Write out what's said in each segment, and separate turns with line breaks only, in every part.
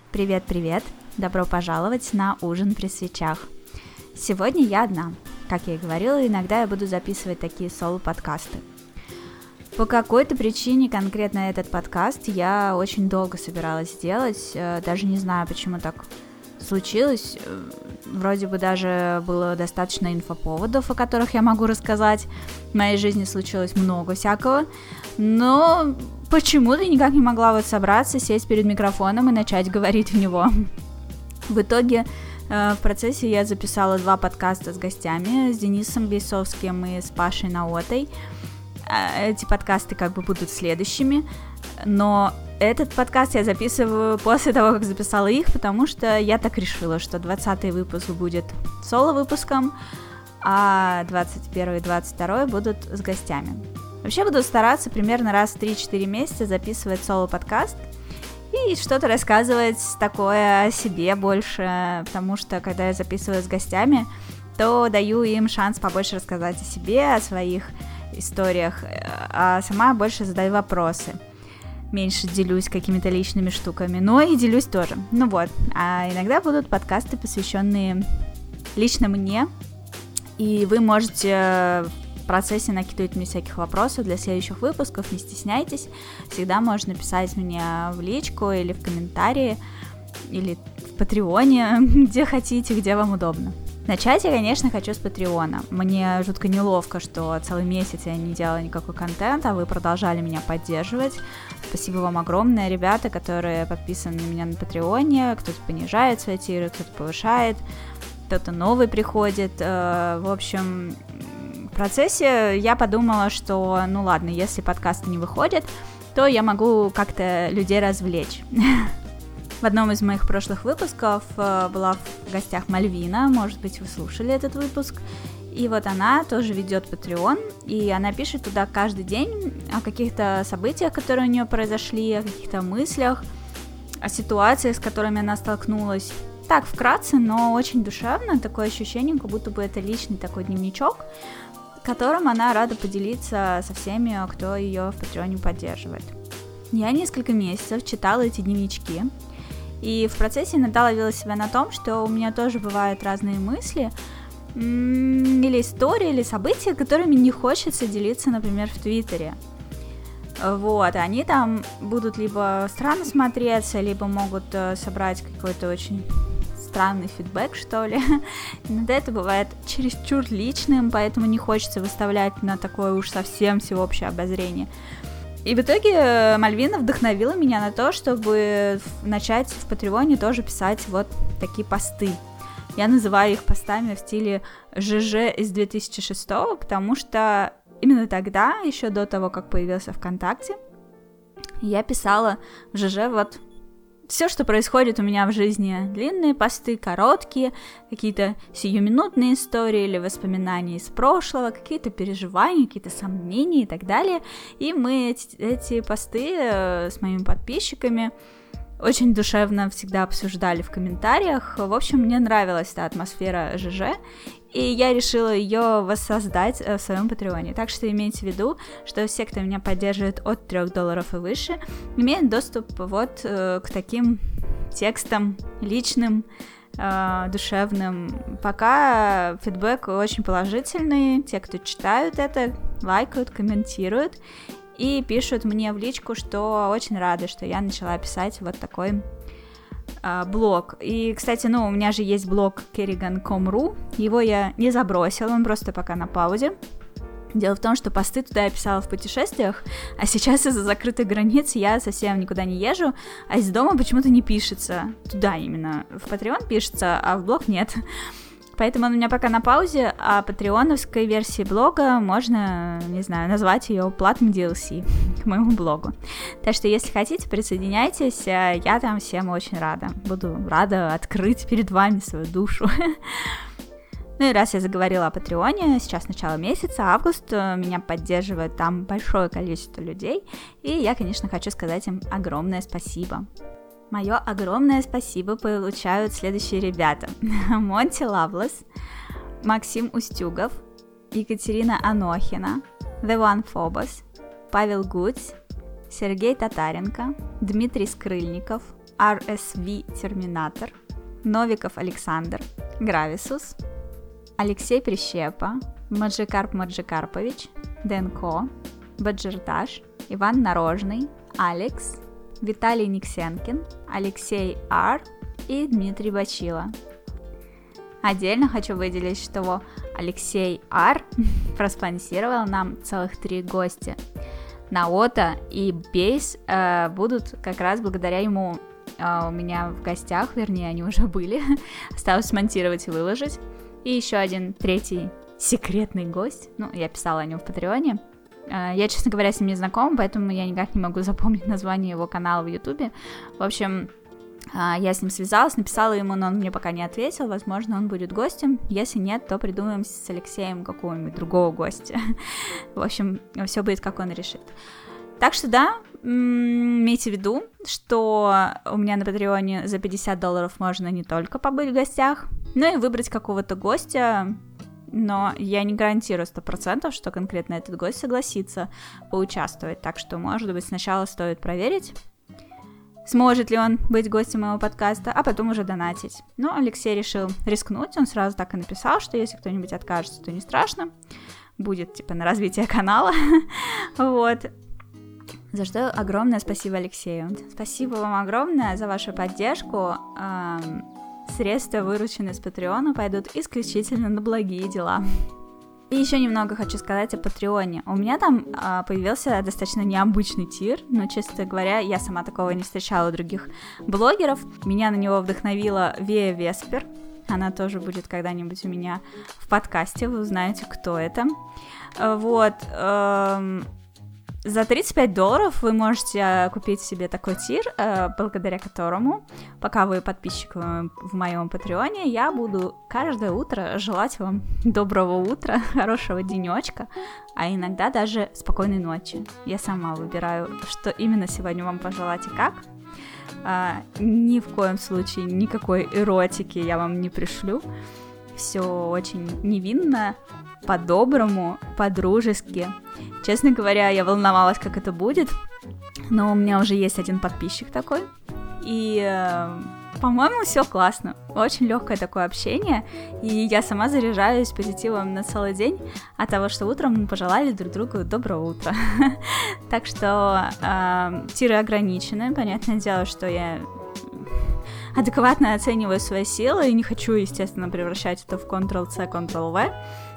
Привет-привет! Добро пожаловать на ужин при свечах. Сегодня я одна. Как я и говорила, иногда я буду записывать такие соло-подкасты. По какой-то причине конкретно этот подкаст я очень долго собиралась сделать, даже не знаю, почему так случилось. Вроде бы даже было достаточно инфоповодов, о которых я могу рассказать. В моей жизни случилось много всякого, но почему-то никак не могла вот собраться, сесть перед микрофоном и начать говорить в него. В итоге в процессе я записала 2 подкаста с гостями, с Денисом Бейсовским и с Пашей Наотой. Эти подкасты как бы будут следующими, но этот подкаст я записываю после того, как записала их, потому что я так решила, что 20-й выпуск будет соло-выпуском, а 21 и 22 будут с гостями. Вообще буду стараться примерно раз в 3-4 месяца записывать соло-подкаст и что-то рассказывать такое о себе больше, потому что когда я записываю с гостями, то даю им шанс побольше рассказать о себе, о своих историях, а сама больше задаю вопросы. Меньше делюсь какими-то личными штуками, но и делюсь тоже. Ну вот, а иногда будут подкасты, посвященные лично мне, и вы можете в процессе накидывать мне всяких вопросов для следующих выпусков, не стесняйтесь. Всегда можно писать мне в личку или в комментарии, или в Патреоне, где хотите, где вам удобно. Начать я, конечно, хочу с Патреона. Мне жутко неловко, что целый месяц я не делала никакой контент, а вы продолжали меня поддерживать. Спасибо вам огромное, ребята, которые подписаны на меня на Патреоне. Кто-то понижает свои тиры, кто-то повышает, кто-то новый приходит. В общем, в процессе я подумала, что, ну ладно, если подкасты не выходят, то я могу как-то людей развлечь. В одном из моих прошлых выпусков была в гостях Мальвина, может быть, вы слушали этот выпуск, и вот она тоже ведет Patreon, и она пишет туда каждый день о каких-то событиях, которые у нее произошли, о каких-то мыслях, о ситуациях, с которыми она столкнулась. Так, вкратце, но очень душевно, такое ощущение, как будто бы это личный такой дневничок, которым она рада поделиться со всеми, кто ее в Patreon поддерживает. Я несколько месяцев читала эти дневнички, и в процессе иногда ловила себя на том, что у меня тоже бывают разные мысли, или истории, или события, которыми не хочется делиться, например, в Твиттере. Вот, они там будут либо странно смотреться, либо могут собрать какой-то очень странный фидбэк, что ли. Иногда это бывает чересчур личным, поэтому не хочется выставлять на такое уж совсем всеобщее обозрение. И в итоге Мальвина вдохновила меня на то, чтобы начать в Патреоне тоже писать вот такие посты. Я называю их постами в стиле ЖЖ из 2006, потому что именно тогда, еще до того, как появился ВКонтакте, я писала в ЖЖ вот все, что происходит у меня в жизни. Длинные посты, короткие, какие-то сиюминутные истории или воспоминания из прошлого, какие-то переживания, какие-то сомнения и так далее. И мы эти посты с моими подписчиками очень душевно всегда обсуждали в комментариях. В общем, мне нравилась эта атмосфера ЖЖ, и я решила ее воссоздать в своем Патреоне. Так что имейте в виду, что все, кто меня поддерживает от $3 и выше, имеют доступ вот к таким текстам личным, душевным. Пока фидбэк очень положительный. Те, кто читают это, лайкают, комментируют и пишут мне в личку, что очень рады, что я начала писать вот такой блог. И, кстати, у меня же есть блог kerrigan.com.ru, его я не забросила, он просто пока на паузе. Дело в том, что посты туда я писала в путешествиях, а сейчас из-за закрытых границ я совсем никуда не езжу, а из дома почему-то не пишется. Туда именно. В Patreon пишется, а в блог нет. Поэтому он у меня пока на паузе, а патреоновской версии блога можно, не знаю, назвать ее платным DLC к моему блогу. Так что, если хотите, присоединяйтесь, я там всем очень рада. Буду рада открыть перед вами свою душу. Ну и раз я заговорила о Патреоне, сейчас начало месяца, август, меня поддерживает там большое количество людей, и я, конечно, хочу сказать им огромное спасибо. Мое огромное спасибо получают следующие ребята. Монти Лавлес, Максим Устюгов, Екатерина Анохина, The One Phobos, Павел Гуць, Сергей Татаренко, Дмитрий Скрыльников, RSV Терминатор, Новиков Александр, Грависус, Алексей Прищепа, Маджикарп Маджикарпович, Денко, Баджирдаш, Иван Нарожный, Алекс, Виталий Никсенкин, Алексей Ар и Дмитрий Бачила. Отдельно хочу выделить, что Алексей Ар проспонсировал нам целых 3 гостя. Наота и Бейс будут как раз благодаря ему у меня в гостях, вернее, они уже были. Осталось смонтировать и выложить. И еще один 3-й секретный гость. Я писала о нем в Патреоне. Я, честно говоря, с ним не знакома, поэтому я никак не могу запомнить название его канала в Ютубе. В общем, я с ним связалась, написала ему, но он мне пока не ответил. Возможно, он будет гостем. Если нет, то придумаем с Алексеем какого-нибудь другого гостя. В общем, все будет, как он решит. Так что да, имейте в виду, что у меня на Патреоне за $50 можно не только побыть в гостях, но и выбрать какого-то гостя. Но я не гарантирую 100%, что конкретно этот гость согласится поучаствовать. Так что, может быть, сначала стоит проверить, сможет ли он быть гостем моего подкаста, а потом уже донатить. Но Алексей решил рискнуть, он сразу так и написал, что если кто-нибудь откажется, то не страшно, будет, на развитие канала, вот. За что огромное спасибо Алексею. Спасибо вам огромное за вашу поддержку. Средства, вырученные с Патреона, пойдут исключительно на благие дела. И еще немного хочу сказать о Патреоне. У меня там появился достаточно необычный тир, но, честно говоря, я сама такого не встречала у других блогеров. Меня на него вдохновила Вея Веспер. Она тоже будет когда-нибудь у меня в подкасте, вы узнаете, кто это. Вот. За $35 вы можете купить себе такой тир, благодаря которому, пока вы подписчик в моем Патреоне, я буду каждое утро желать вам доброго утра, хорошего денечка, а иногда даже спокойной ночи. Я сама выбираю, что именно сегодня вам пожелать и как. Ни в коем случае никакой эротики я вам не пришлю. Все очень невинно, по-доброму, по-дружески. Честно говоря, я волновалась, как это будет, но у меня уже есть один подписчик такой, и, по-моему, все классно. Очень легкое такое общение, и я сама заряжаюсь позитивом на целый день от того, что утром мы пожелали друг другу доброго утра. Так что тиры ограничены, понятное дело, что я адекватно оцениваю свои силы и не хочу, естественно, превращать это в Ctrl-C, Ctrl-V.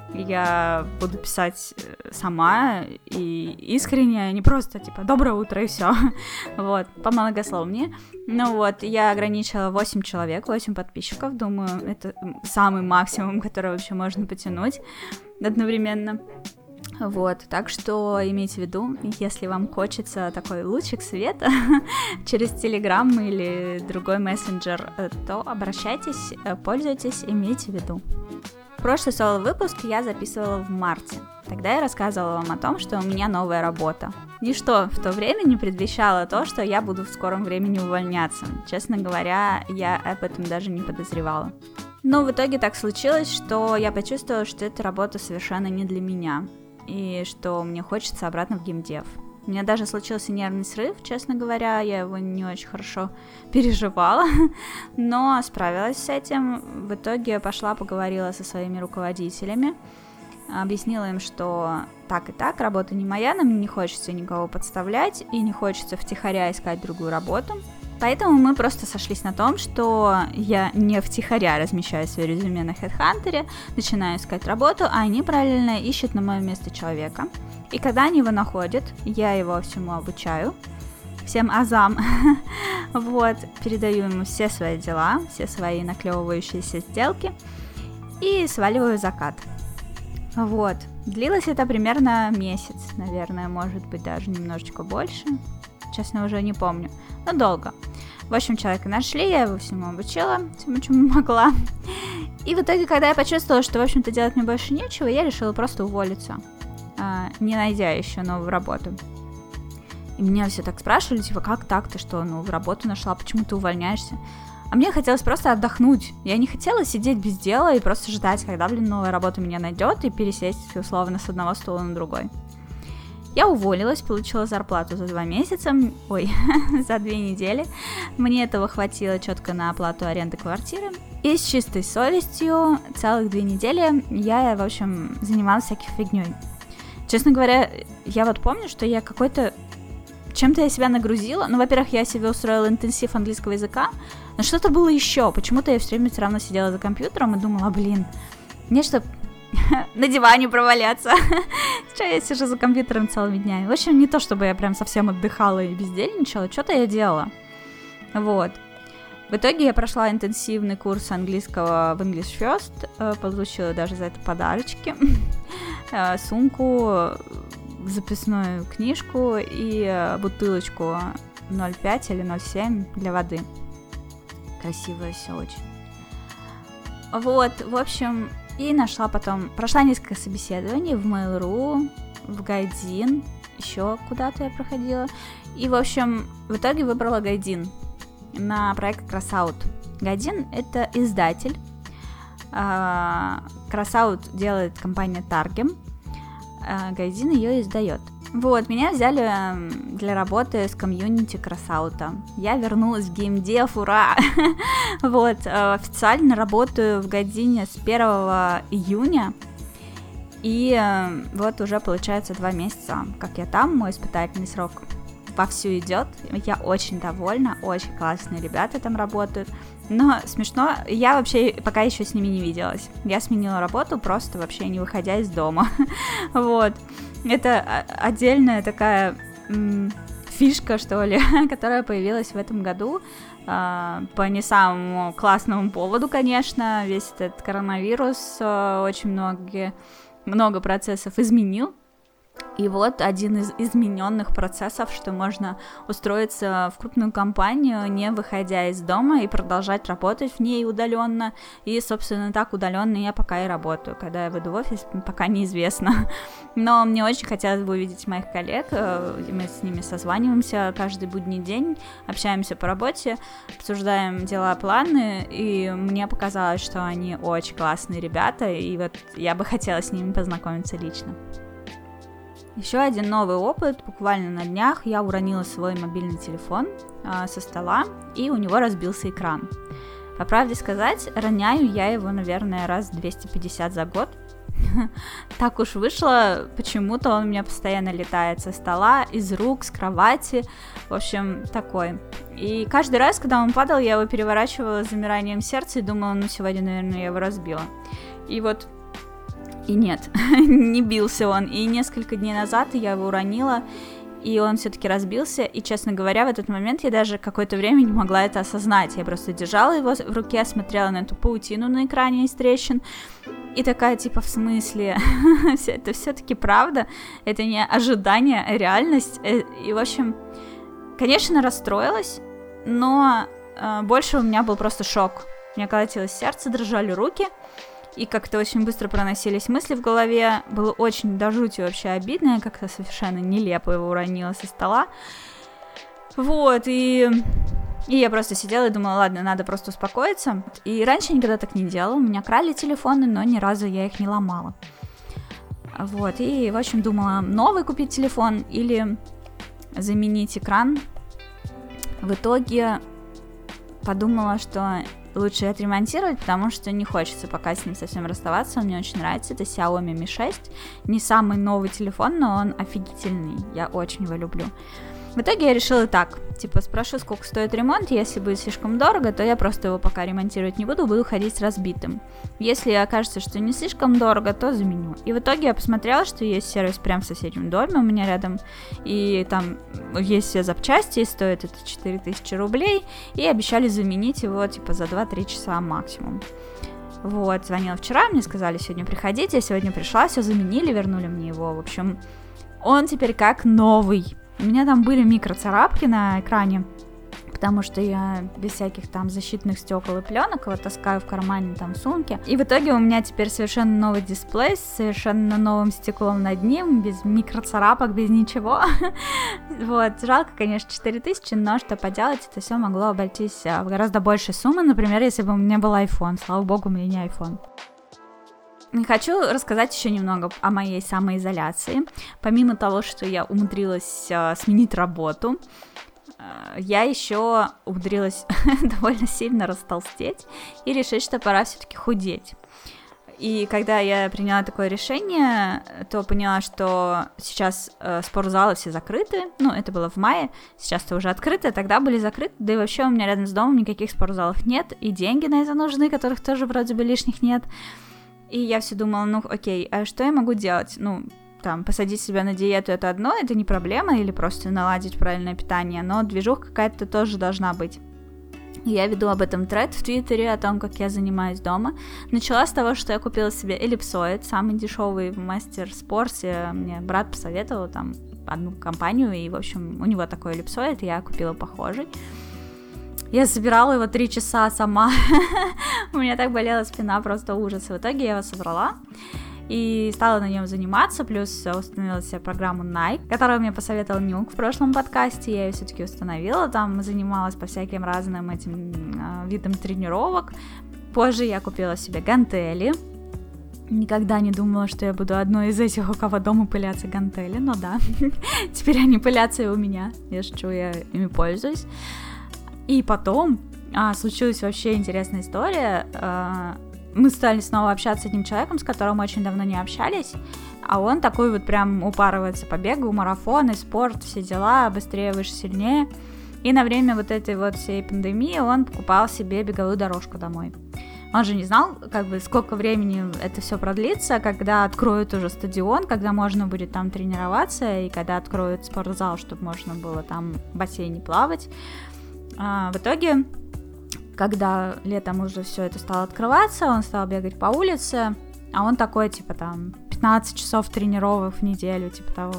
Я буду писать сама и искренне, а не просто, доброе утро и все. Вот, помногословнее. Ну вот, я ограничила 8 человек, 8 подписчиков. Думаю, это самый максимум, который вообще можно потянуть одновременно. Вот, так что имейте в виду, если вам хочется такой лучик света через Telegram или другой мессенджер, то обращайтесь, пользуйтесь, имейте в виду. Прошлый соло-выпуск я записывала в марте. Тогда я рассказывала вам о том, что у меня новая работа. Ничто в то время не предвещало то, что я буду в скором времени увольняться. Честно говоря, я об этом даже не подозревала. Но в итоге так случилось, что я почувствовала, что эта работа совершенно не для меня. И что мне хочется обратно в геймдев. У меня даже случился нервный срыв, честно говоря, я его не очень хорошо переживала, но справилась с этим. В итоге пошла, поговорила со своими руководителями, объяснила им, что так и так, работа не моя, нам не хочется никого подставлять и не хочется втихаря искать другую работу. Поэтому мы просто сошлись на том, что я не втихаря размещаю свое резюме на HeadHunter, начинаю искать работу, а они параллельно ищут на мое место человека. И когда они его находят, я его всему обучаю, всем азам, вот, передаю ему все свои дела, все свои наклевывающиеся сделки и сваливаю в закат. Вот, длилось это примерно месяц, наверное, может быть даже немножечко больше, честно уже не помню, но долго. В общем, человека нашли, я его всему обучила, всему, чему могла. И в итоге, когда я почувствовала, что, в общем-то, делать мне больше нечего, я решила просто уволиться, не найдя еще новую работу. И меня все так спрашивали, как так, ты что, новую работу нашла, почему ты увольняешься? А мне хотелось просто отдохнуть. Я не хотела сидеть без дела и просто ждать, когда, новая работа меня найдет, и пересесть, условно, с одного стула на другой. Я уволилась, получила зарплату за 2 месяца, за 2 недели. Мне этого хватило четко на оплату аренды квартиры. И с чистой совестью целых 2 недели я, в общем, занималась всякой фигней. Честно говоря, я вот помню, что я чем-то я себя нагрузила. Ну, во-первых, я себе устроила интенсив английского языка, но что-то было еще. Почему-то я все время все равно сидела за компьютером и думала, мне что на диване проваляться. Что я сижу за компьютером целыми днями. В общем, не то, чтобы я прям совсем отдыхала и бездельничала, что-то я делала. Вот. В итоге я прошла интенсивный курс английского в English First, получила даже за это подарочки, сумку, записную книжку и бутылочку 0,5 или 0,7 для воды. Красивое все очень. Вот, в общем, и прошла несколько собеседований в Mail.ru, в Гайдин, еще куда-то я проходила. И, в общем, в итоге выбрала Гайдин на проект Crossout. Гайдин — это издатель. Crossout делает компания Targem. Гайдин ее издает. Вот, меня взяли для работы с комьюнити Crossout. Я вернулась в геймдев, ура! Вот, официально работаю в Гайдине с 1 июня. И вот уже получается 2 месяца, как я там, мой испытательный срок вовсю идет. Я очень довольна, очень классные ребята там работают. Но смешно, я вообще пока еще с ними не виделась. Я сменила работу, просто вообще не выходя из дома. Вот. Это отдельная такая фишка, что ли, которая появилась в этом году. По не самому классному поводу, конечно. Весь этот коронавирус очень много процессов изменил. И вот один из измененных процессов, что можно устроиться в крупную компанию, не выходя из дома, и продолжать работать в ней удаленно. И, собственно, так удаленно я пока и работаю. Когда я выйду в офис, пока неизвестно. Но мне очень хотелось бы увидеть моих коллег. Мы с ними созваниваемся каждый будний день, общаемся по работе, обсуждаем дела, планы. И мне показалось, что они очень классные ребята, и вот я бы хотела с ними познакомиться лично. Еще один новый опыт. Буквально на днях я уронила свой мобильный телефон со стола, и у него разбился экран. По правде сказать, роняю я его, наверное, раз 250 за год. Так уж вышло, почему-то он у меня постоянно летает со стола, из рук, с кровати, в общем, такой. И каждый раз, когда он падал, я его переворачивала с замиранием сердца и думала, сегодня, наверное, я его разбила. И вот... И нет, не бился он. И несколько дней назад я его уронила, и он все-таки разбился. И, честно говоря, в этот момент я даже какое-то время не могла это осознать. Я просто держала его в руке, смотрела на эту паутину на экране из трещин. И такая, в смысле? Это все-таки правда? Это не ожидание, а реальность. И, в общем, конечно, расстроилась, но больше у меня был просто шок. У меня колотилось сердце, дрожали руки. И как-то очень быстро проносились мысли в голове. Было очень до жути вообще обидно. Я как-то совершенно нелепо его уронила со стола. Вот, и я просто сидела и думала, ладно, надо просто успокоиться. И раньше я никогда так не делала. У меня крали телефоны, но ни разу я их не ломала. Вот, и, в общем, думала, новый купить телефон или заменить экран. В итоге подумала, что... лучше отремонтировать, потому что не хочется пока с ним совсем расставаться, он мне очень нравится, это Xiaomi Mi 6, не самый новый телефон, но он офигительный, я очень его люблю. В итоге я решила так, спрошу, сколько стоит ремонт, если будет слишком дорого, то я просто его пока ремонтировать не буду ходить с разбитым. Если окажется, что не слишком дорого, то заменю. И в итоге я посмотрела, что есть сервис прямо в соседнем доме у меня рядом, и там есть все запчасти, и стоит это 4000 рублей, и обещали заменить его за 2-3 часа максимум. Вот, звонила вчера, мне сказали, сегодня приходите, я сегодня пришла, все заменили, вернули мне его, в общем, он теперь как новый. У меня там были микроцарапки на экране, потому что я без всяких там защитных стекол и пленок его таскаю в кармане там в сумке. И в итоге у меня теперь совершенно новый дисплей с совершенно новым стеклом над ним, без микроцарапок, без ничего. Вот, жалко, конечно, 4000, но что поделать, это все могло обойтись в гораздо большей суммы, например, если бы у меня был iPhone. Слава богу, у меня не iPhone. Хочу рассказать еще немного о моей самоизоляции. Помимо того, что я умудрилась сменить работу, я еще умудрилась довольно сильно растолстеть и решить, что пора все-таки худеть. И когда я приняла такое решение, то поняла, что сейчас спортзалы все закрыты. Ну, это было в мае, сейчас-то уже открыты, тогда были закрыты. Да и вообще у меня рядом с домом никаких спортзалов нет, и деньги на это нужны, которых тоже вроде бы лишних нет. И я все думала, ну окей, а что я могу делать? Ну, там, посадить себя на диету — это одно, это не проблема, или просто наладить правильное питание, но движуха какая-то тоже должна быть. Я веду об этом тред в Твиттере, о том, как я занимаюсь дома. Начала с того, что я купила себе эллипсоид, самый дешевый в мастер-спорте. Мне брат посоветовал там одну компанию, и, в общем, у него такой эллипсоид, я купила похожий. Я собирала его 3 часа сама. У меня так болела спина, просто ужас. В итоге я его собрала и стала на нем заниматься, плюс установила себе программу Nike, которую мне посоветовал Нюк в прошлом подкасте, я ее все-таки установила, там занималась по всяким разным этим видам тренировок. Позже я купила себе гантели. Никогда не думала, что я буду одной из этих, у кого дома пылятся гантели, но да, теперь они пылятся и у меня, я шучу, я ими пользуюсь. И потом случилась вообще интересная история. Мы стали снова общаться с одним человеком, с которым очень давно не общались, а он такой вот прям упарывается по бегу, марафоны, спорт, все дела, быстрее, выше, сильнее. И на время вот этой вот всей пандемии он покупал себе беговую дорожку домой. Он же не знал, как бы, сколько времени это все продлится, когда откроют уже стадион, когда можно будет там тренироваться, и когда откроют спортзал, чтобы можно было там в бассейне плавать. В итоге, когда летом уже все это стало открываться, он стал бегать по улице, а он такой, типа, там, 15 часов тренировок в неделю, типа того.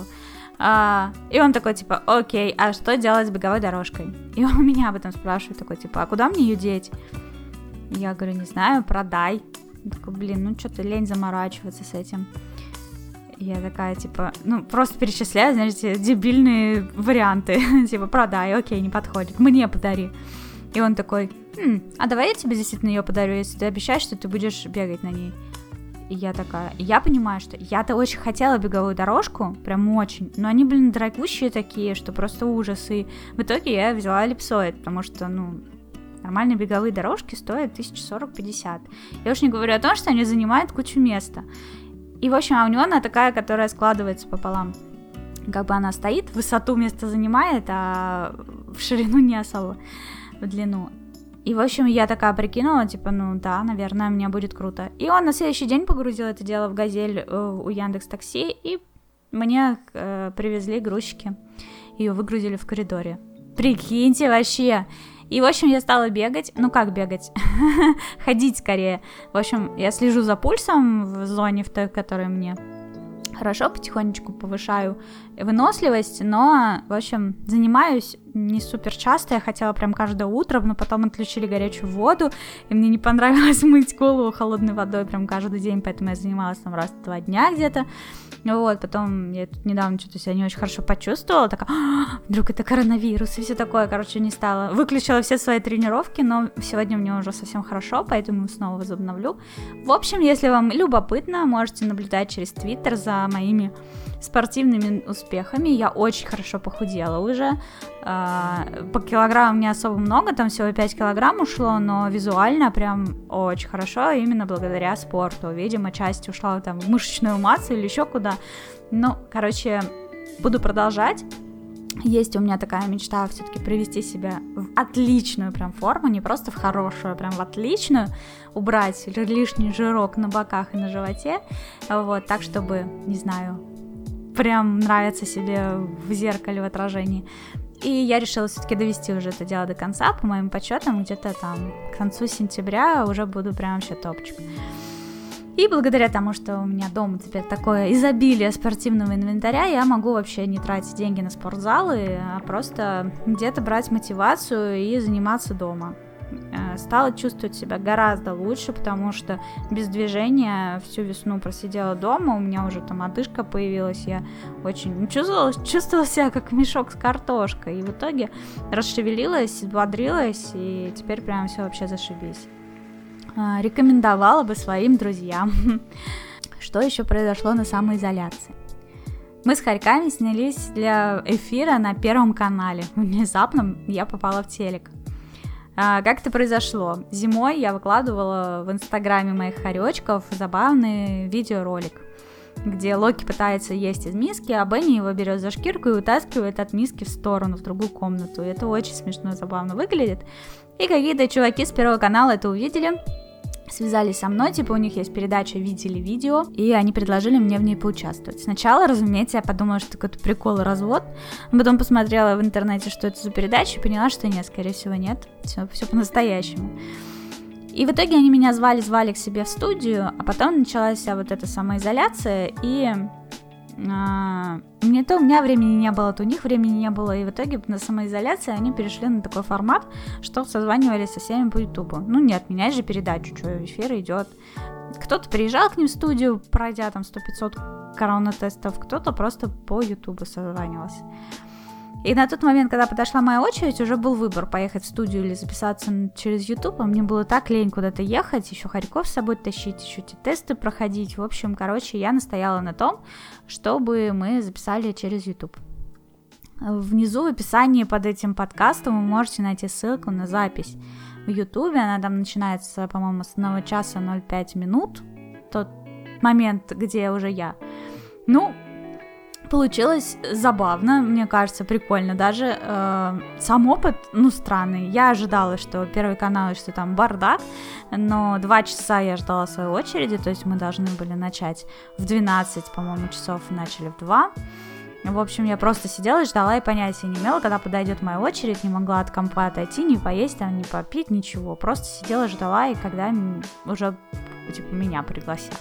И он такой, типа, окей, а что делать с беговой дорожкой? И он меня об этом спрашивает, такой, типа, а куда мне ее деть? Я говорю, не знаю, продай. Он такой, блин, ну что-то лень заморачиваться с этим. Я такая, типа, ну, просто перечисляю, знаете, дебильные варианты. Типа, продай, окей, не подходит, мне подари. И он такой, а давай я тебе действительно ее подарю, если ты обещаешь, что ты будешь бегать на ней. И я такая, я понимаю, что я-то очень хотела беговую дорожку, прям очень, но они, блин, дорогущие такие, что просто ужас. И в итоге я взяла эллипсоид, потому что, ну, нормальные беговые дорожки стоят 1040-50. Я уж не говорю о том, что они занимают кучу места. И, в общем, а у него она такая, которая складывается пополам. Как бы она стоит, в высоту место занимает, а в ширину не особо, в длину. И, в общем, я такая прикинула, типа, ну да, наверное, мне будет круто. И он на следующий день погрузил это дело в «Газель» у Яндекс.Такси, и мне привезли грузчики. Ее выгрузили в коридоре. Прикиньте, вообще! И, в общем, я стала бегать, ну как бегать, ходить скорее. В общем, я слежу за пульсом в зоне, в той, которая мне хорошо, потихонечку повышаю выносливость, но, в общем, занимаюсь не супер часто, я хотела прям каждое утро, но потом отключили горячую воду, и мне не понравилось мыть голову холодной водой прям каждый день, поэтому я занималась там раз в 2 дня где-то. Вот, потом я тут недавно что-то себя не очень хорошо почувствовала, такая, вдруг это коронавирус и все такое, короче, не стала. Выключила все свои тренировки, но сегодня мне уже совсем хорошо, поэтому снова возобновлю. В общем, если вам любопытно, можете наблюдать через Твиттер за моими спортивными успехами. Я очень хорошо похудела уже. По килограммам не особо много, там всего 5 килограмм ушло, но визуально прям очень хорошо, именно благодаря спорту. Видимо, часть ушла там в мышечную массу или еще куда. Ну, короче, буду продолжать. Есть у меня такая мечта все-таки привести себя в отличную прям форму, не просто в хорошую, а прям в отличную, убрать лишний жирок на боках и на животе, вот, так, чтобы, не знаю, прям нравиться себе в зеркале, в отражении. И я решила все-таки довести уже это дело до конца, по моим подсчетам, где-то там к концу сентября уже буду прям вообще топчик. И благодаря тому, что у меня дома теперь такое изобилие спортивного инвентаря, я могу вообще не тратить деньги на спортзалы, а просто где-то брать мотивацию и заниматься дома. Стала чувствовать себя гораздо лучше, потому что без движения всю весну просидела дома, у меня уже там одышка появилась, я очень чувствовала себя как мешок с картошкой, и в итоге расшевелилась, бодрилась, и теперь прям все вообще зашибись. рекомендовала бы своим друзьям. Что еще произошло на самоизоляции? Мы с хорьками снялись для эфира на Первом канале. Внезапно я попала в телек. Как это произошло? Зимой я выкладывала в инстаграме моих хоречков забавный видеоролик, где Локи пытается есть из миски, а Бенни его берет за шкирку и вытаскивает от миски в сторону, в другую комнату. И это очень смешно и забавно выглядит. И какие-то чуваки с Первого канала это увидели, связались со мной, типа у них есть передача «Видели видео», и они предложили мне в ней поучаствовать. Сначала, разумеется, я подумала, что какой-то прикол и развод, потом посмотрела в интернете, что это за передача, и поняла, что нет, скорее всего, нет, все по-настоящему. И в итоге они меня звали к себе в студию, а потом началась вся вот эта самоизоляция, и у меня времени не было, то у них времени не было, и в итоге на самоизоляции они перешли на такой формат, что созванивались со всеми по Ютубу. Ну не отменять же передачу, что эфир идет. Кто-то приезжал к ним в студию, пройдя там 100-500 коронатестов, кто-то просто по Ютубу созванивался. И на тот момент, когда подошла моя очередь, уже был выбор, поехать в студию или записаться через YouTube, а мне было так лень куда-то ехать, еще хорьков с собой тащить, еще эти тесты проходить. В общем, я настояла на том, чтобы мы записали через YouTube. Внизу в описании под этим подкастом вы можете найти ссылку на запись в YouTube, она там начинается, по-моему, с 1 часа 05 минут, тот момент, где уже я. Получилось забавно, мне кажется, прикольно. Даже сам опыт, странный. Я ожидала, что Первый канал, что там бардак, но 2 часа я ждала своей очереди, то есть мы должны были начать в 12, по-моему, часов, начали в 2. В общем, я просто сидела и ждала, и понятия не имела, когда подойдет моя очередь, не могла от компа отойти, не поесть, там, не попить, ничего. Просто сидела, ждала, и когда уже, меня пригласят.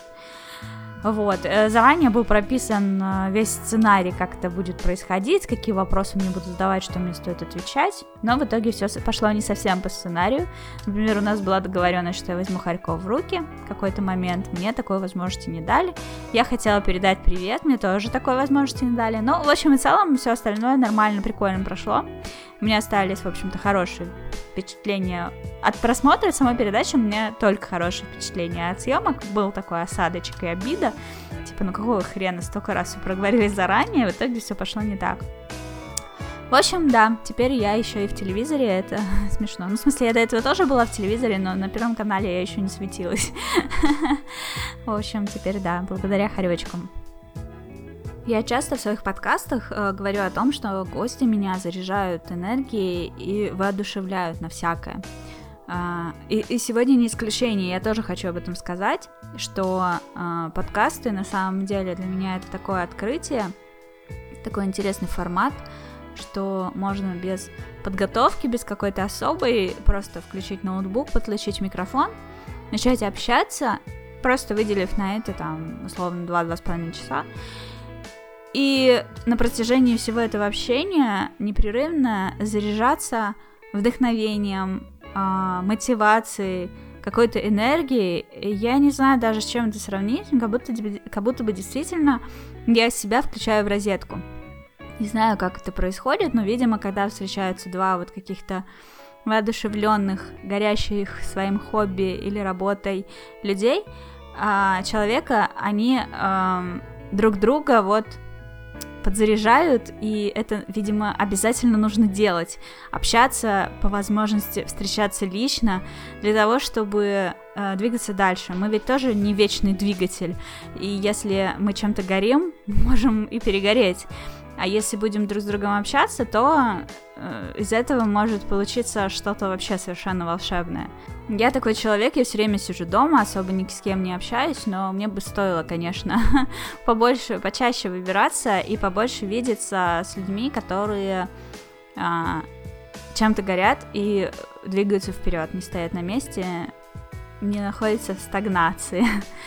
Заранее был прописан весь сценарий, как это будет происходить, какие вопросы мне будут задавать, что мне стоит отвечать, но в итоге все пошло не совсем по сценарию. Например, у нас была договоренность, что я возьму хорьков в руки в какой-то момент, мне такой возможности не дали, я хотела передать привет, мне тоже такой возможности не дали, в общем и целом все остальное нормально, прикольно прошло. У меня остались, в общем-то, хорошие впечатления от просмотра самой передачи, у меня только хорошие впечатления от съемок, был такой осадочек и обида, какого хрена, столько раз все проговорили заранее, в итоге все пошло не так. В общем, да, теперь я еще и в телевизоре, это смешно. В смысле, я до этого тоже была в телевизоре, но на Первом канале я еще не светилась. В общем, теперь да, благодаря хоречкам. Я часто в своих подкастах говорю о том, что гости меня заряжают энергией и воодушевляют на всякое. И сегодня не исключение, я тоже хочу об этом сказать, что подкасты на самом деле для меня это такое открытие, такой интересный формат, что можно без подготовки, без какой-то особой, просто включить ноутбук, подключить микрофон, начать общаться, просто выделив на это условно 2-2,5 часа. И на протяжении всего этого общения непрерывно заряжаться вдохновением, мотивацией, какой-то энергией. Я не знаю даже, с чем это сравнить, как будто бы действительно я себя включаю в розетку. Не знаю, как это происходит, но, видимо, когда встречаются два каких-то воодушевленных, горящих своим хобби или работой людей, человека, они друг друга подзаряжают, и это, видимо, обязательно нужно делать. Общаться по возможности, встречаться лично, для того, чтобы двигаться дальше. Мы ведь тоже не вечный двигатель, и если мы чем-то горим, можем и перегореть. А если будем друг с другом общаться, то из этого может получиться что-то вообще совершенно волшебное. Я такой человек, я все время сижу дома, особо ни с кем не общаюсь, но мне бы стоило, конечно, почаще выбираться и побольше видеться с людьми, которые чем-то горят и двигаются вперед, не стоят на месте, не находятся в стагнации.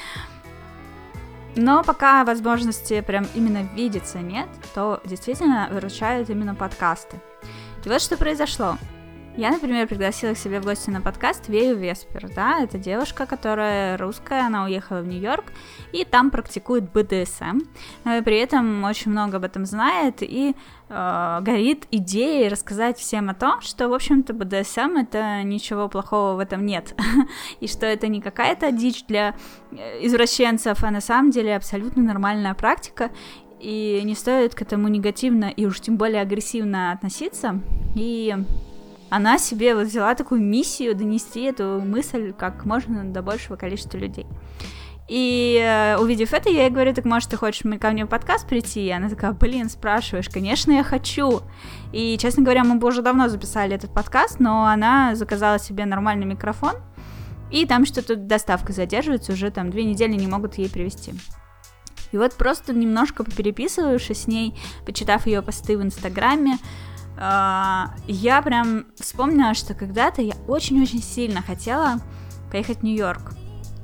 Но пока возможности прям именно видеться нет, то действительно выручают именно подкасты. И вот что произошло. Я, например, пригласила к себе в гости на подкаст Вею Веспер, да, это девушка, которая русская, она уехала в Нью-Йорк, и там практикует БДСМ, но и при этом очень много об этом знает, и горит идеей рассказать всем о том, что, в общем-то, БДСМ — это ничего плохого в этом нет, и что это не какая-то дичь для извращенцев, а на самом деле абсолютно нормальная практика, и не стоит к этому негативно и уж тем более агрессивно относиться, и она себе вот взяла такую миссию донести эту мысль как можно до большего количества людей. И увидев это, я ей говорю: так может ты хочешь ко мне в подкаст прийти? И она такая: блин, спрашиваешь, конечно, я хочу. И, честно говоря, мы бы уже давно записали этот подкаст, но она заказала себе нормальный микрофон, и там что-то доставка задерживается, уже там 2 недели не могут ей привезти. И вот просто немножко попереписывавшись с ней, почитав ее посты в Инстаграме, я прям вспомнила, что когда-то я очень-очень сильно хотела поехать в Нью-Йорк.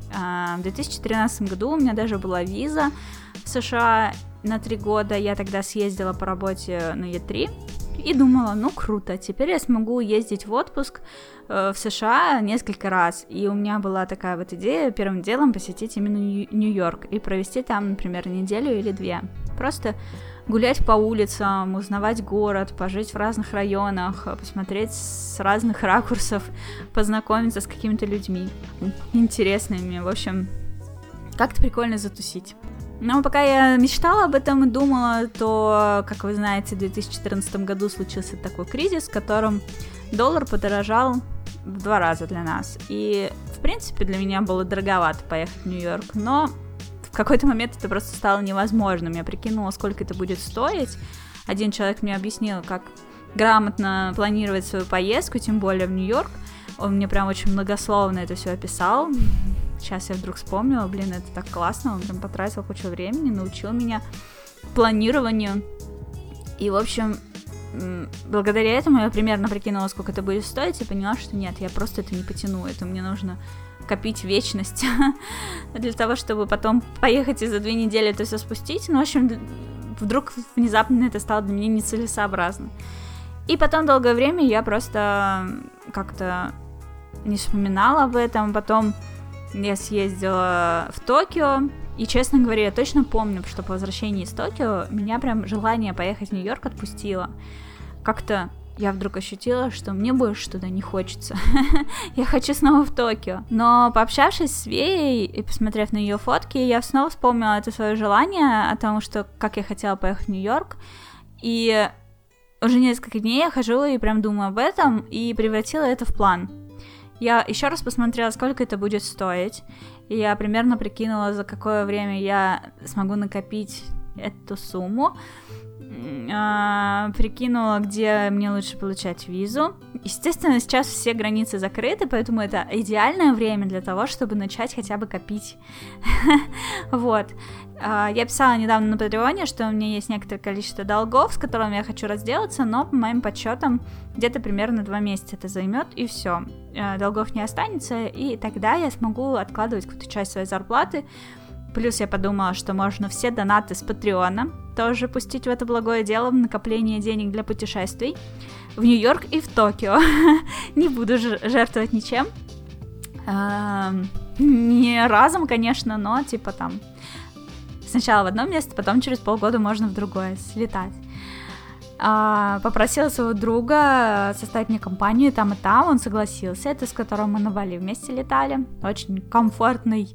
В 2013 году у меня даже была виза в США на 3 года. Я тогда съездила по работе на Е3 и думала: ну круто, теперь я смогу ездить в отпуск в США несколько раз. И у меня была такая вот идея первым делом посетить именно Нью-Йорк и провести там, например, неделю или 2. Просто гулять по улицам, узнавать город, пожить в разных районах, посмотреть с разных ракурсов, познакомиться с какими-то людьми интересными, в общем, как-то прикольно затусить. Но пока я мечтала об этом и думала, то, как вы знаете, в 2014 году случился такой кризис, в котором доллар подорожал в 2 раза для нас. И, в принципе, для меня было дороговато поехать в Нью-Йорк, но в какой-то момент это просто стало невозможным. Я прикинула, сколько это будет стоить. Один человек мне объяснил, как грамотно планировать свою поездку, тем более в Нью-Йорк. Он мне прям очень многословно это все описал. Сейчас я вдруг вспомнила, блин, это так классно. Он прям потратил кучу времени, научил меня планированию. И, в общем, благодаря этому я примерно прикинула, сколько это будет стоить, и поняла, что нет, я просто это не потяну. Это мне нужно копить вечность для того, чтобы потом поехать и за 2 недели это все спустить. Ну, в общем, вдруг внезапно это стало для меня нецелесообразно. И потом долгое время я просто как-то не вспоминала об этом. Потом я съездила в Токио, и, честно говоря, я точно помню, что по возвращении из Токио меня прям желание поехать в Нью-Йорк отпустило. Как-то я вдруг ощутила, что мне больше туда не хочется. Я хочу снова в Токио. Но пообщавшись с Веей и посмотрев на ее фотки, я снова вспомнила это свое желание о том, что как я хотела поехать в Нью-Йорк. И уже несколько дней я хожу и прям думаю об этом, и превратила это в план. Я еще раз посмотрела, сколько это будет стоить, и я примерно прикинула, за какое время я смогу накопить эту сумму, прикинула, где мне лучше получать визу. Естественно, сейчас все границы закрыты, поэтому это идеальное время для того, чтобы начать хотя бы копить. Вот. Я писала недавно на Патреоне, что у меня есть некоторое количество долгов, с которыми я хочу разделаться, но по моим подсчетам где-то примерно 2 месяца это займет, и все. Долгов не останется, и тогда я смогу откладывать какую-то часть своей зарплаты. Плюс я подумала, что можно все донаты с Патреона тоже пустить в это благое дело, в накопление денег для путешествий в Нью-Йорк и в Токио. Не буду жертвовать ничем. Не разом, конечно, но типа там сначала в одно место, потом через полгода можно в другое слетать. Попросила своего друга составить мне компанию там и там, он согласился, это с которым мы на Бали вместе летали. Очень комфортный,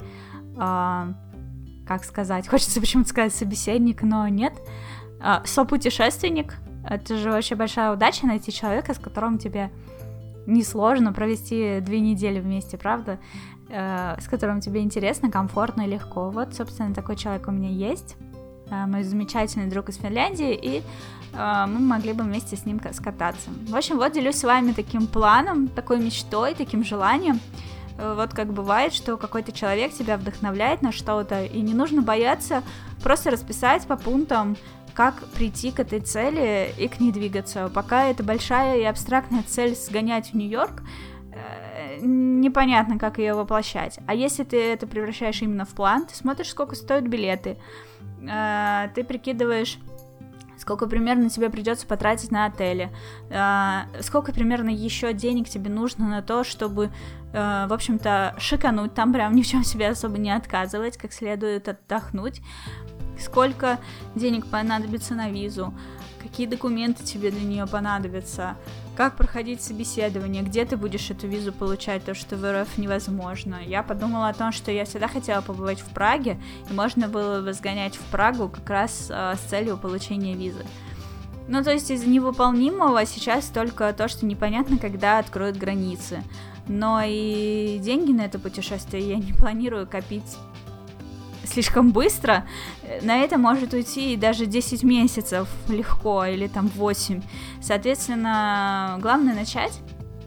как сказать, хочется почему-то сказать собеседник, но нет, сопутешественник. Это же очень большая удача найти человека, с которым тебе несложно провести 2 недели вместе, правда? С которым тебе интересно, комфортно и легко. Вот, собственно, такой человек у меня есть. Мой замечательный друг из Финляндии, и мы могли бы вместе с ним скататься. В общем, вот делюсь с вами таким планом, такой мечтой, таким желанием. Вот как бывает, что какой-то человек тебя вдохновляет на что-то, и не нужно бояться просто расписать по пунктам, как прийти к этой цели и к ней двигаться. Пока это большая и абстрактная цель сгонять в Нью-Йорк, непонятно, как ее воплощать. А если ты это превращаешь именно в план, ты смотришь, сколько стоят билеты, ты прикидываешь, сколько примерно тебе придется потратить на отели, сколько примерно еще денег тебе нужно на то, чтобы, в общем-то, шикануть там, прям ни в чем себе особо не отказывать, как следует отдохнуть, сколько денег понадобится на визу, какие документы тебе для нее понадобятся, как проходить собеседование, где ты будешь эту визу получать, то, что в РФ невозможно. Я подумала о том, что я всегда хотела побывать в Праге, и можно было бы сгонять в Прагу как раз с целью получения визы. Ну, то есть из невыполнимого сейчас только то, что непонятно, когда откроют границы. Но и деньги на это путешествие я не планирую копить слишком быстро. На это может уйти даже 10 месяцев легко, или там 8. Соответственно, главное начать.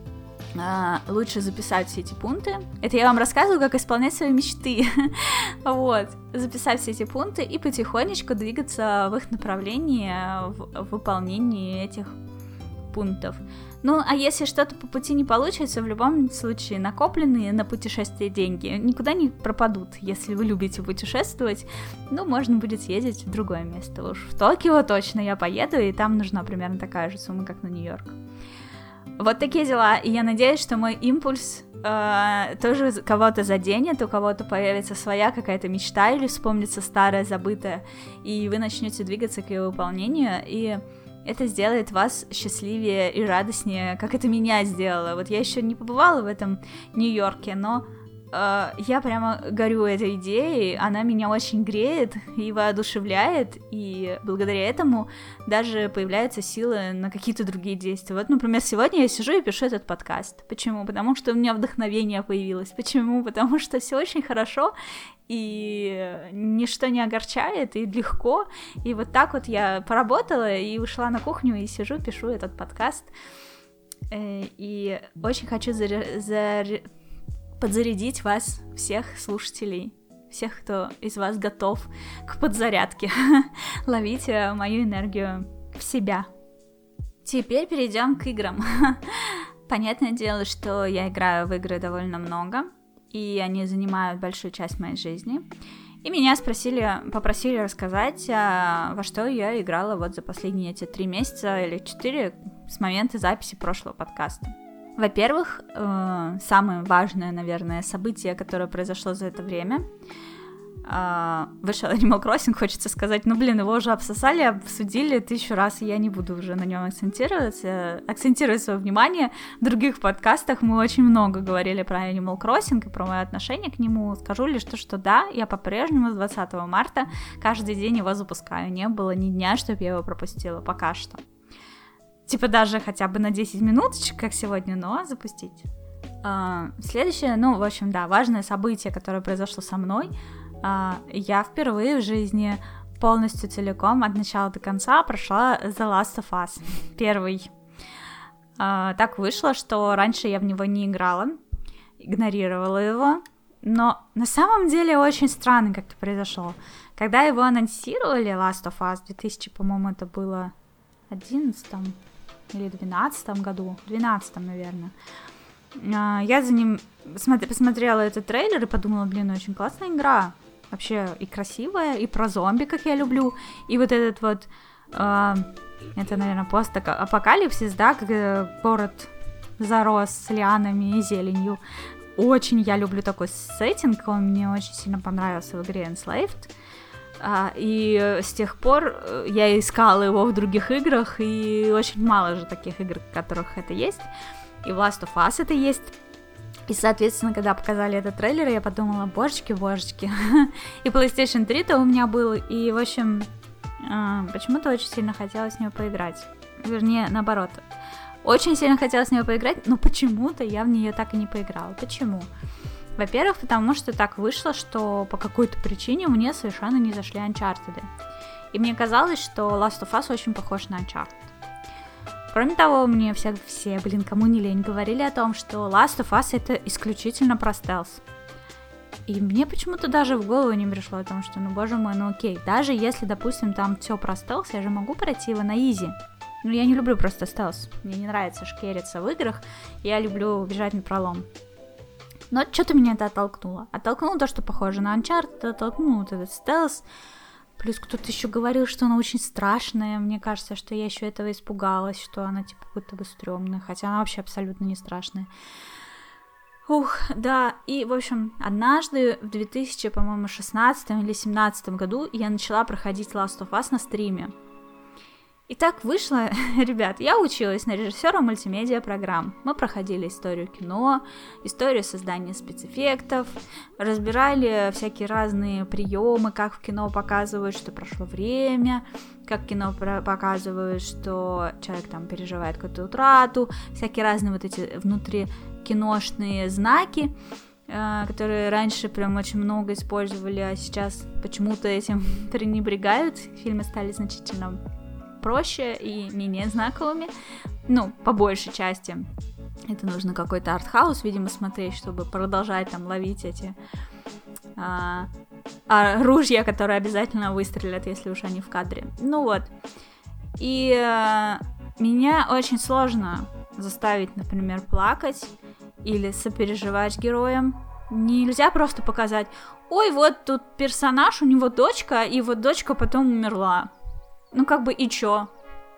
Лучше записать все эти пункты. Это я вам рассказываю, как исполнять свои мечты. Вот. Записать все эти пункты и потихонечку двигаться в их направлении, в выполнении этих пунктов. Ну, а если что-то по пути не получится, в любом случае накопленные на путешествие деньги никуда не пропадут. Если вы любите путешествовать, ну, можно будет съездить в другое место. Уж в Токио точно я поеду, и там нужна примерно такая же сумма, как на Нью-Йорк. Вот такие дела, и я надеюсь, что мой импульс тоже кого-то заденет, у кого-то появится своя какая-то мечта или вспомнится старая, забытая, и вы начнете двигаться к ее выполнению, и это сделает вас счастливее и радостнее, как это меня сделало. Вот я еще не побывала в этом Нью-Йорке, но я прямо горю этой идеей, она меня очень греет и воодушевляет, и благодаря этому даже появляются силы на какие-то другие действия. Вот, например, сегодня я сижу и пишу этот подкаст. Почему? Потому что у меня вдохновение появилось. Почему? Потому что все очень хорошо, и ничто не огорчает, и легко. И вот так вот я поработала и ушла на кухню, и сижу, пишу этот подкаст. И очень хочу подзарядить вас, всех слушателей, всех, кто из вас готов к подзарядке. Ловите мою энергию в себя. Теперь перейдем к играм. Понятное дело, что я играю в игры довольно много, и они занимают большую часть моей жизни. И меня попросили рассказать, во что я играла вот за последние эти 3 месяца или 4 с момента записи прошлого подкаста. Во-первых, самое важное, наверное, событие, которое произошло за это время, вышел Animal Crossing, хочется сказать, его уже обсосали, обсудили 1000 раз, и я не буду уже на нем акцентировать свое внимание. В других подкастах мы очень много говорили про Animal Crossing и про мое отношение к нему. Скажу лишь то, что да, я по-прежнему с 20 марта каждый день его запускаю. Не было ни дня, чтобы я его пропустила, пока что. Типа даже хотя бы на 10 минуточек, как сегодня, но запустить. Следующее, в общем, да, важное событие, которое произошло со мной. Я впервые в жизни полностью целиком от начала до конца прошла The Last of Us. Первый. Так вышло, что раньше я в него не играла, игнорировала его, но на самом деле очень странно как-то произошло. Когда его анонсировали, Last of Us, 2000, по-моему, это было 11 или 12 году, 12, наверное, я за ним посмотрела этот трейлер и подумала, очень классная игра, вообще и красивая, и про зомби, как я люблю, и вот этот вот, это, наверное, постапокалипсис, да, когда город зарос с лианами и зеленью. Очень я люблю такой сеттинг, он мне очень сильно понравился в игре Enslaved. И с тех пор я искала его в других играх, и очень мало же таких игр, в которых это есть. И в Last of Us это есть. И, соответственно, когда показали этот трейлер, я подумала, божечки. И PlayStation 3-то у меня был, и, в общем, почему-то очень сильно хотелось в него поиграть. Вернее, наоборот. Очень сильно хотелось в него поиграть, но почему-то я в нее так и не поиграла. Почему? Во-первых, потому что так вышло, что по какой-то причине мне совершенно не зашли Uncharted. И мне казалось, что Last of Us очень похож на Uncharted. Кроме того, мне все, кому не лень, говорили о том, что Last of Us это исключительно про стелс. И мне почему-то даже в голову не пришло о том, что, боже мой, окей, даже если, допустим, там все про стелс, я же могу пройти его на изи. Но я не люблю просто стелс. Мне не нравится шкериться в играх, я люблю бежать на пролом. Но что-то меня это оттолкнуло. Оттолкнуло то, что похоже на Uncharted, оттолкнуло вот этот стелс. Плюс кто-то еще говорил, что она очень страшная. Мне кажется, что я еще этого испугалась, что она типа будто бы стрёмная, хотя она вообще абсолютно не страшная. Ух, да, и, в общем, однажды в 2016 или 2017 году я начала проходить Last of Us на стриме. И так вышло, ребят, я училась на режиссера мультимедиа программ. Мы проходили историю кино, историю создания спецэффектов, разбирали всякие разные приемы, как в кино показывают, что прошло время, как в кино показывают, что человек там переживает какую-то утрату, всякие разные вот эти внутрикиношные знаки, которые раньше прям очень много использовали, а сейчас почему-то этим пренебрегают. Фильмы стали значительно проще и менее знаковыми, ну, по большей части. Это нужно какой-то артхаус, видимо, смотреть, чтобы продолжать там ловить эти ружья, которые обязательно выстрелят, если уж они в кадре. Ну вот. И меня очень сложно заставить, например, плакать или сопереживать героям. Нельзя просто показать: ой, вот тут персонаж, у него дочка, и вот дочка потом умерла. Ну, как бы, и чё?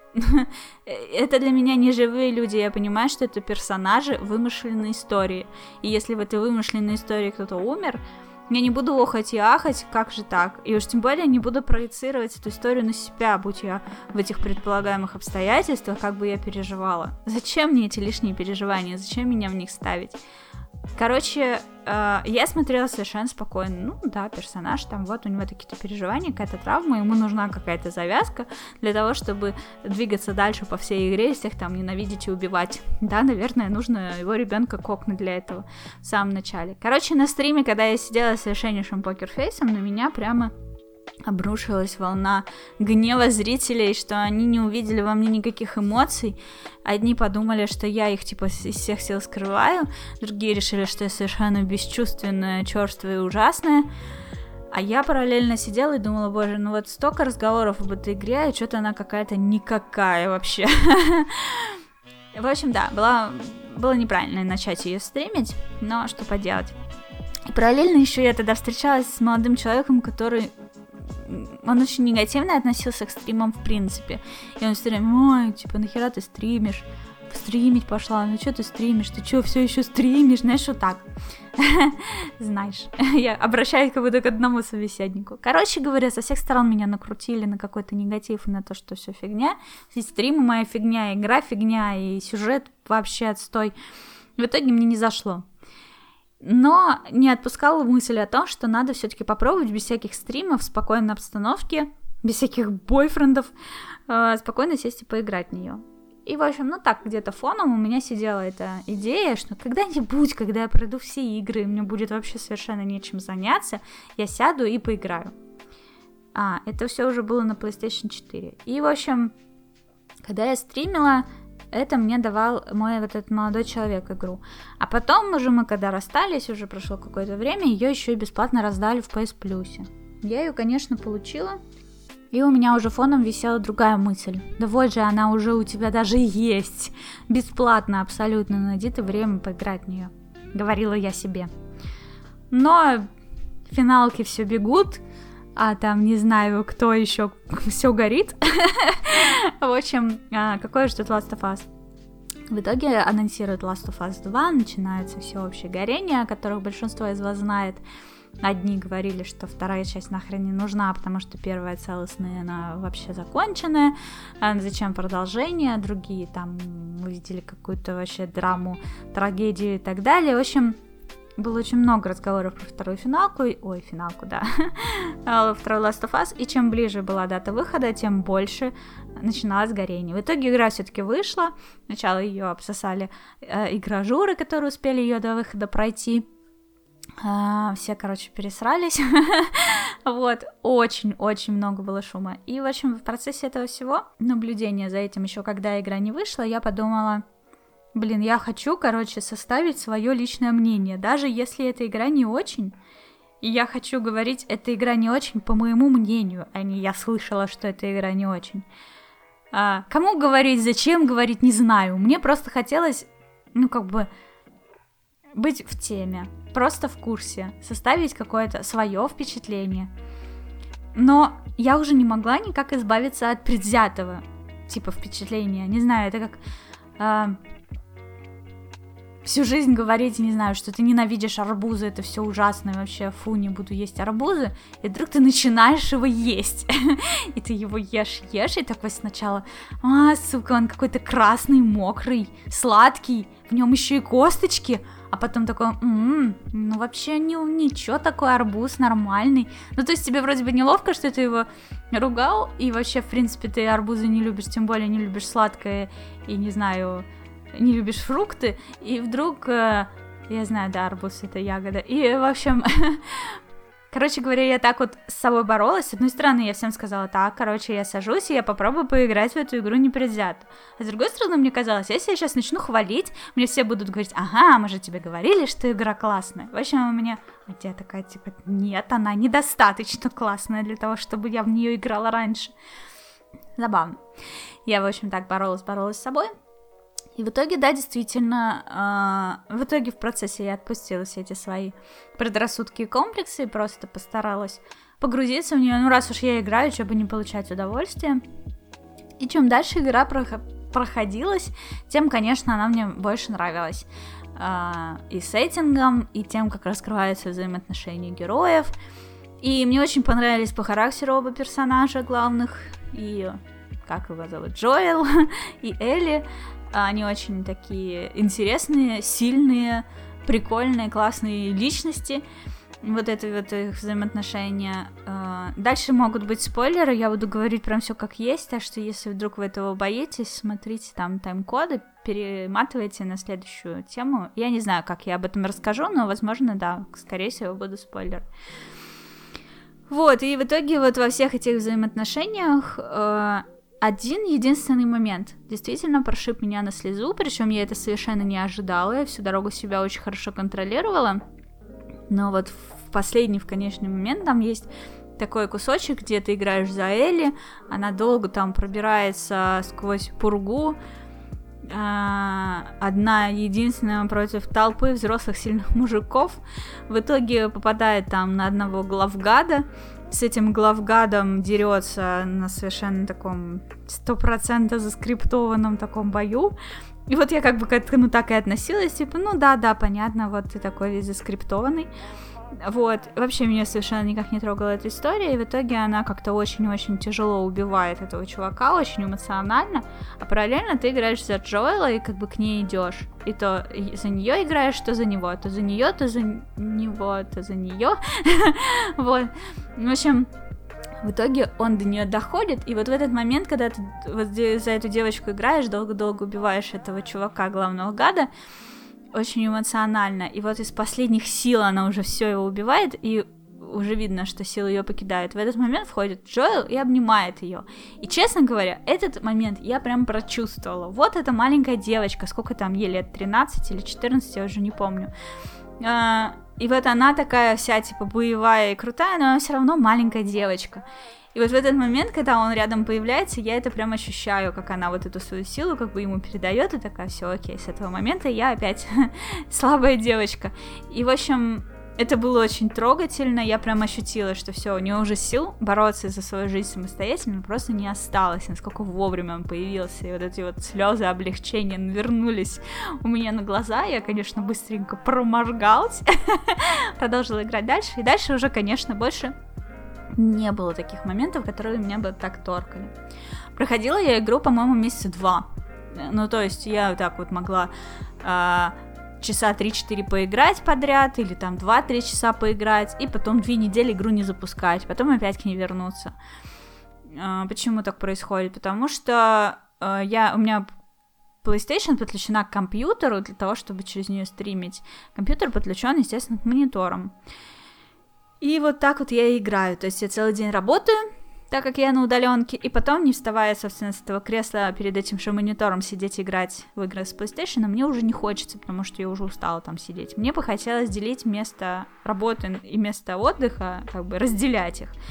Это для меня не живые люди, я понимаю, что это персонажи вымышленной истории. И если в этой вымышленной истории кто-то умер, я не буду охать и ахать, как же так? И уж тем более не буду проецировать эту историю на себя, будь я в этих предполагаемых обстоятельствах, как бы я переживала. Зачем мне эти лишние переживания? Зачем меня в них ставить? Короче, я смотрела совершенно спокойно. Ну да, персонаж, там вот у него какие-то переживания, какая-то травма, ему нужна какая-то завязка для того, чтобы двигаться дальше по всей игре и всех там ненавидеть и убивать. Да, наверное, нужно его ребенка кокнуть для этого в самом начале. Короче, на стриме, когда я сидела с совершеннейшим покерфейсом, на меня прямо обрушилась волна гнева зрителей, что они не увидели во мне никаких эмоций. Одни подумали, что я их типа из всех сил скрываю, другие решили, что я совершенно бесчувственная, чёрствая и ужасная. А я параллельно сидела и думала: боже, ну вот столько разговоров об этой игре, и что-то она какая-то никакая вообще. В общем, да, было неправильно начать ее стримить, но что поделать. И параллельно еще я тогда встречалась с молодым человеком, который... Он очень негативно относился к стримам в принципе. И он все время: ой, типа, нахера ты стримишь? Стримить пошла, ну что ты стримишь? Ты что, все еще стримишь? Знаешь, вот так. Знаешь, я обращаюсь как будто к одному собеседнику. Короче говоря, со всех сторон меня накрутили на какой-то негатив и на то, что все фигня. И стримы моя фигня, игра фигня, и сюжет вообще отстой. В итоге мне не зашло. Но не отпускала мысль о том, что надо все-таки попробовать без всяких стримов, в спокойной обстановке, без всяких бойфрендов, спокойно сесть и поиграть в нее. И, в общем, ну так, где-то фоном у меня сидела эта идея, что когда-нибудь, когда я пройду все игры, и мне будет вообще совершенно нечем заняться, я сяду и поиграю. Это все уже было на PlayStation 4. И, в общем, когда я стримила, это мне давал мой вот этот молодой человек игру. А потом уже мы, когда расстались, уже прошло какое-то время, ее еще и бесплатно раздали в PS Plus. Я ее, конечно, получила. И у меня уже фоном висела другая мысль. Да вот же, она уже у тебя даже есть. Бесплатно абсолютно. Найди ты время поиграть в нее. Говорила я себе. Но финалки все бегут. А там, не знаю, кто еще, все горит. В общем, какой же тут Last of Us? В итоге анонсируют Last of Us 2, начинается всеобщее горение, о которых большинство из вас знает. Одни говорили, что вторая часть нахрен не нужна, потому что первая целостная, она вообще законченная. Зачем продолжение? Другие там увидели какую-то вообще драму, трагедию и так далее. В общем, было очень много разговоров про вторую финалку. Финалку, да. Второй Last of Us. И чем ближе была дата выхода, тем больше начиналось горение. В итоге игра все-таки вышла. Сначала ее обсосали игражуры, которые успели ее до выхода пройти. Все, короче, пересрались. Вот, очень-очень много было шума. И, в общем, в процессе этого всего, наблюдения за этим еще, когда игра не вышла, я подумала: блин, я хочу, короче, составить свое личное мнение, даже если эта игра не очень. И я хочу говорить: эта игра не очень, по моему мнению, а не я слышала, что эта игра не очень. Кому говорить, зачем говорить, не знаю. Мне просто хотелось, быть в теме, просто в курсе, составить какое-то свое впечатление. Но я уже не могла никак избавиться от предвзятого типа впечатления. Не знаю, это как всю жизнь говорить, не знаю, что ты ненавидишь арбузы, это все ужасно, и вообще, фу, не буду есть арбузы, и вдруг ты начинаешь его есть, и ты его ешь, и такой сначала, сука, он какой-то красный, мокрый, сладкий, в нем еще и косточки, а потом такой, ну вообще ничего, такой арбуз нормальный, ну то есть тебе вроде бы неловко, что ты его ругал, и вообще, в принципе, ты арбузы не любишь, тем более не любишь сладкое, и не знаю... не любишь фрукты, и вдруг, я знаю, да, арбуз — это ягода, и, в общем, короче говоря, я так вот с собой боролась. С одной стороны, я всем сказала, так, короче, я сажусь, и я попробую поиграть в эту игру непредвзято, а с другой стороны, мне казалось, если я сейчас начну хвалить, мне все будут говорить, ага, мы же тебе говорили, что игра классная. В общем, у меня, я такая, типа, нет, она недостаточно классная для того, чтобы я в нее играла раньше. Забавно. Я, в общем, так боролась с собой. И в итоге, да, действительно, в итоге в процессе я отпустила все эти свои предрассудки и комплексы и просто постаралась погрузиться в нее. Ну, раз уж я играю, чтобы не получать удовольствие. И чем дальше игра проходилась, тем, конечно, она мне больше нравилась. И сеттингом, и тем, как раскрываются взаимоотношения героев. И мне очень понравились по характеру оба персонажа главных. И, как его зовут, Джоэл и Элли. Они очень такие интересные, сильные, прикольные, классные личности. Вот это вот их взаимоотношения. Дальше могут быть спойлеры, я буду говорить прям все как есть, так что если вдруг вы этого боитесь, смотрите там тайм-коды, перематывайте на следующую тему. Я не знаю, как я об этом расскажу, но, возможно, да, скорее всего, будут спойлеры. Вот, и в итоге вот во всех этих взаимоотношениях... один единственный момент действительно прошиб меня на слезу, причем я это совершенно не ожидала, я всю дорогу себя очень хорошо контролировала, но вот в последний, в конечный момент там есть такой кусочек, где ты играешь за Элли, она долго там пробирается сквозь пургу, одна единственная против толпы взрослых сильных мужиков, в итоге попадает там на одного главгада, с этим главгадом дерется на совершенно таком 100% заскриптованном таком бою. И вот я как бы к этому так и относилась, типа, ну да, понятно, вот ты такой весь заскриптованный. Вот, вообще меня совершенно никак не трогала эта история, и в итоге она как-то очень-очень тяжело убивает этого чувака, очень эмоционально, а параллельно ты играешь за Джоэла и как бы к ней идешь, и то за нее играешь, то за него, то за нее, то за него, то за нее, вот, в общем... В итоге он до нее доходит, и вот в этот момент, когда ты вот за эту девочку играешь, долго-долго убиваешь этого чувака, главного гада, очень эмоционально, и вот из последних сил она уже все его убивает, и уже видно, что силы ее покидают. В этот момент входит Джоэл и обнимает ее. И, честно говоря, этот момент я прям прочувствовала. Вот эта маленькая девочка, сколько там ей лет, 13 или 14, я уже не помню. И вот она такая вся, типа, боевая и крутая, но она все равно маленькая девочка. И вот в этот момент, когда он рядом появляется, я это прям ощущаю, как она вот эту свою силу как бы ему передает, и такая, все окей, с этого момента я опять слабая девочка. И, в общем, это было очень трогательно, я прям ощутила, что все, у нее уже сил бороться за свою жизнь самостоятельно просто не осталось, насколько вовремя он появился, и вот эти вот слезы облегчения навернулись у меня на глаза, я, конечно, быстренько проморгалась, продолжила играть дальше, и дальше уже, конечно, больше не было таких моментов, которые меня бы так торкали. Проходила я игру, по-моему, месяца 2, ну, то есть я так вот могла... часа 3-4 поиграть подряд, или там 2-3 часа поиграть, и потом 2 недели игру не запускать, потом опять к ней вернуться. Почему так происходит? Потому что у меня PlayStation подключена к компьютеру для того, чтобы через нее стримить. Компьютер подключен, естественно, к мониторам. И вот так вот я и играю, то есть я целый день работаю, так как я на удаленке, и потом, не вставая, собственно, с этого кресла перед этим же монитором сидеть играть в игры с PlayStation, мне уже не хочется, потому что я уже устала там сидеть. Мне бы хотелось делить место работы и место отдыха, как бы разделять их.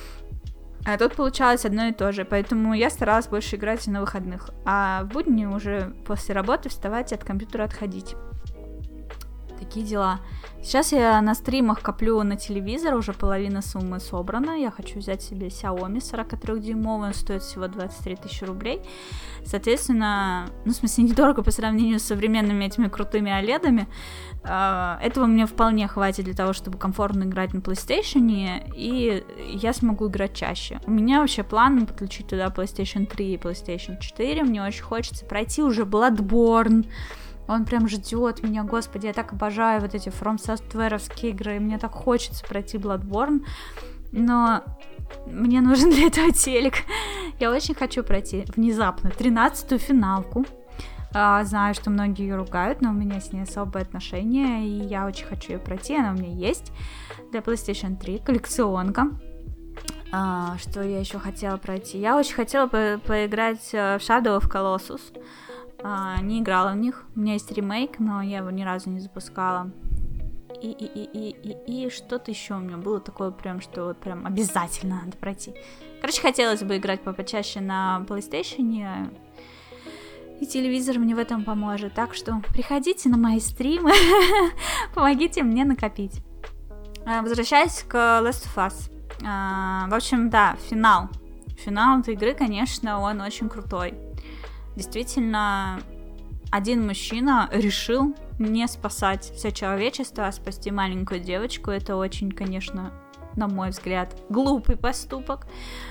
А тут получалось одно и то же, поэтому я старалась больше играть на выходных, а в будни уже после работы вставать и от компьютера отходить. Такие дела. Сейчас я на стримах коплю на телевизор, уже половина суммы собрана. Я хочу взять себе Xiaomi 43-дюймовый, он стоит всего 23 тысячи рублей. Соответственно, в смысле, недорого по сравнению с современными этими крутыми OLED-ами. Этого мне вполне хватит для того, чтобы комфортно играть на PlayStation, и я смогу играть чаще. У меня вообще план подключить туда PlayStation 3 и PlayStation 4. Мне очень хочется пройти уже Bloodborne. Он прям ждет меня, господи, я так обожаю вот эти From Software'овские игры, и мне так хочется пройти Bloodborne, но мне нужен для этого телек. Я очень хочу пройти внезапно 13-ю финалку. Знаю, что многие ее ругают, но у меня с ней особые отношения, и я очень хочу ее пройти, она у меня есть для PlayStation 3, коллекционка. Что я еще хотела пройти? Я очень хотела поиграть в Shadow of Colossus. Не играла в них. У меня есть ремейк, но я его ни разу не запускала. И что-то еще у меня было такое прям, что вот прям обязательно надо пройти. Короче, хотелось бы играть почаще на PlayStation, и телевизор мне в этом поможет. Так что приходите на мои стримы, помогите мне накопить. Возвращаясь к Last of Us. В общем, да, финал. Финал этой игры, конечно, он очень крутой. Действительно, один мужчина решил не спасать все человечество, а спасти маленькую девочку. Это очень, конечно, на мой взгляд, глупый поступок,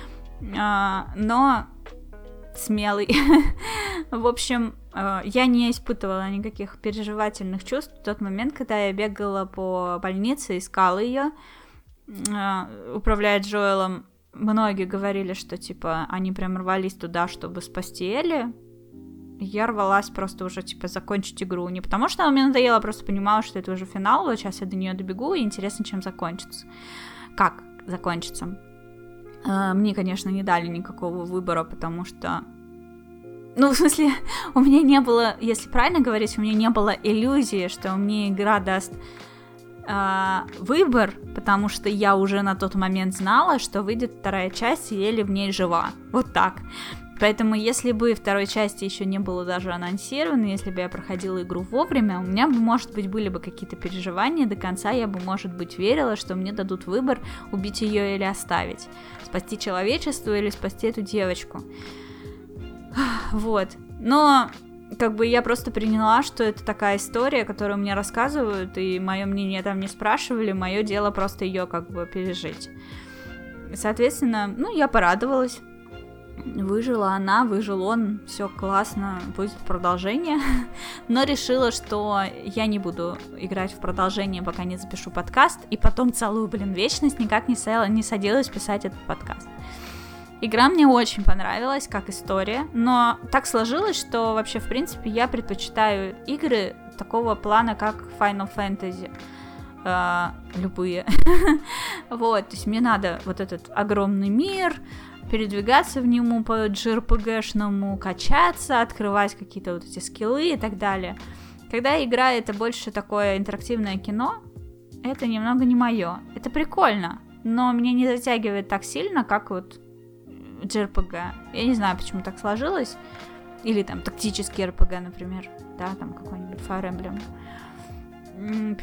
но смелый. В общем, я не испытывала никаких переживательных чувств в тот момент, когда я бегала по больнице, искала ее, управляя Джоэлом. Многие говорили, что, типа, они прям рвались туда, чтобы спасти Элли. Я рвалась просто уже, типа, закончить игру. Не потому что она мне надоела, просто понимала, что это уже финал, вот сейчас я до нее добегу, и интересно, чем закончится. Как закончится. Мне, конечно, не дали никакого выбора, потому что... Ну, в смысле, у меня не было, если правильно говорить, у меня не было иллюзии, что мне игра даст выбор, потому что я уже на тот момент знала, что выйдет вторая часть, и Элли в ней жива. Вот так. Поэтому, если бы второй части еще не было даже анонсировано, если бы я проходила игру вовремя, у меня бы, может быть, были бы какие-то переживания до конца, я бы, может быть, верила, что мне дадут выбор убить ее или оставить, спасти человечество или спасти эту девочку. Вот. Но, как бы, я просто приняла, что это такая история, которую мне рассказывают, и мое мнение там не спрашивали, мое дело просто ее, как бы, пережить. Соответственно, я порадовалась. Выжила она, выжил он, все классно, будет продолжение, но решила, что я не буду играть в продолжение, пока не запишу подкаст, и потом целую, вечность никак не садилась писать этот подкаст. Игра мне очень понравилась, как история, но так сложилось, что вообще, в принципе, я предпочитаю игры такого плана, как Final Fantasy, любые. Вот, то есть мне надо вот этот огромный мир, передвигаться в нему по JRPG-шному, качаться, открывать какие-то вот эти скиллы и так далее. Когда игра это больше такое интерактивное кино, это немного не мое. Это прикольно, но меня не затягивает так сильно, как вот JRPG. Я не знаю, почему так сложилось. Или там тактический RPG, например. Да, там какой-нибудь Fire Emblem.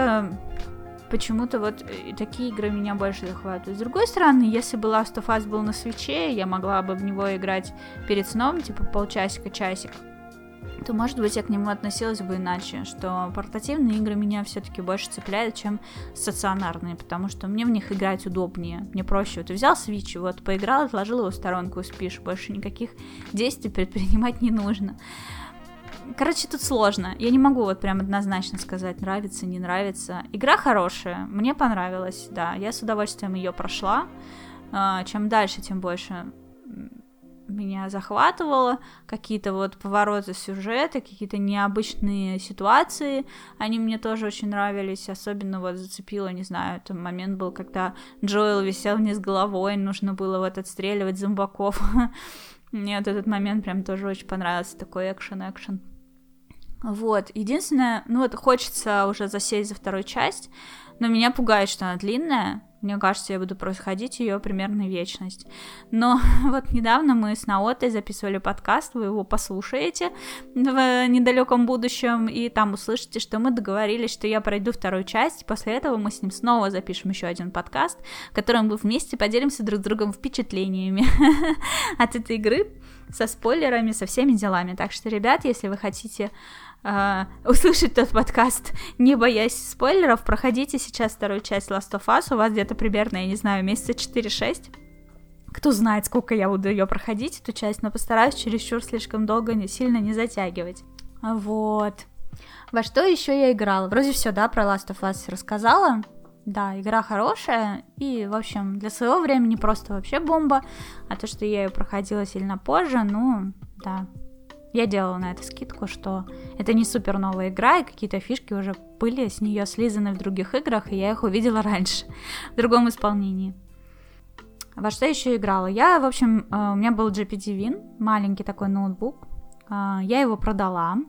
Почему-то вот такие игры меня больше захватывают. С другой стороны, если бы Last of Us был на Switch'е, я могла бы в него играть перед сном, типа полчасика-часик, то, может быть, я к нему относилась бы иначе, что портативные игры меня все-таки больше цепляют, чем стационарные, потому что мне в них играть удобнее, мне проще. Вот ты взял Switch, вот поиграл, отложил его в сторонку и спишь, больше никаких действий предпринимать не нужно. Короче, тут сложно. Я не могу вот прям однозначно сказать, нравится, не нравится. Игра хорошая, мне понравилась, да. Я с удовольствием ее прошла. Чем дальше, тем больше меня захватывало. Какие-то вот повороты сюжета, какие-то необычные ситуации, они мне тоже очень нравились. Особенно вот зацепило, не знаю, этот момент был, когда Джоэл висел вниз головой, нужно было вот отстреливать зомбаков. Мне вот этот момент прям тоже очень понравился, такой экшен. Вот, единственное, хочется уже засесть за вторую часть, Но меня пугает, что она длинная. Мне кажется, я буду проходить ее примерно вечность. Но вот недавно мы с Наотой записывали подкаст, вы его послушаете в недалеком будущем, и там услышите, что мы договорились, что я пройду вторую часть, и после этого мы с ним снова запишем еще один подкаст, в котором мы вместе поделимся друг с другом впечатлениями от этой игры, со спойлерами, со всеми делами. Так что, ребят, если вы хотите услышать тот подкаст, не боясь спойлеров, проходите сейчас вторую часть Last of Us, у вас где-то примерно, я не знаю, месяца 4-6. Кто знает, сколько я буду ее проходить, эту часть, но постараюсь чересчур слишком долго сильно не затягивать. Вот. Во что еще я играла? Вроде все, да, про Last of Us рассказала. Да, игра хорошая, и, в общем, для своего времени просто вообще бомба, а то, что я ее проходила сильно позже, ну, да. Я делала на это скидку, что это не супер новая игра, и какие-то фишки уже были с нее слизаны в других играх, и я их увидела раньше, в другом исполнении. Во что еще играла? Я, в общем, у меня был GPD Win, маленький такой ноутбук, я его продала,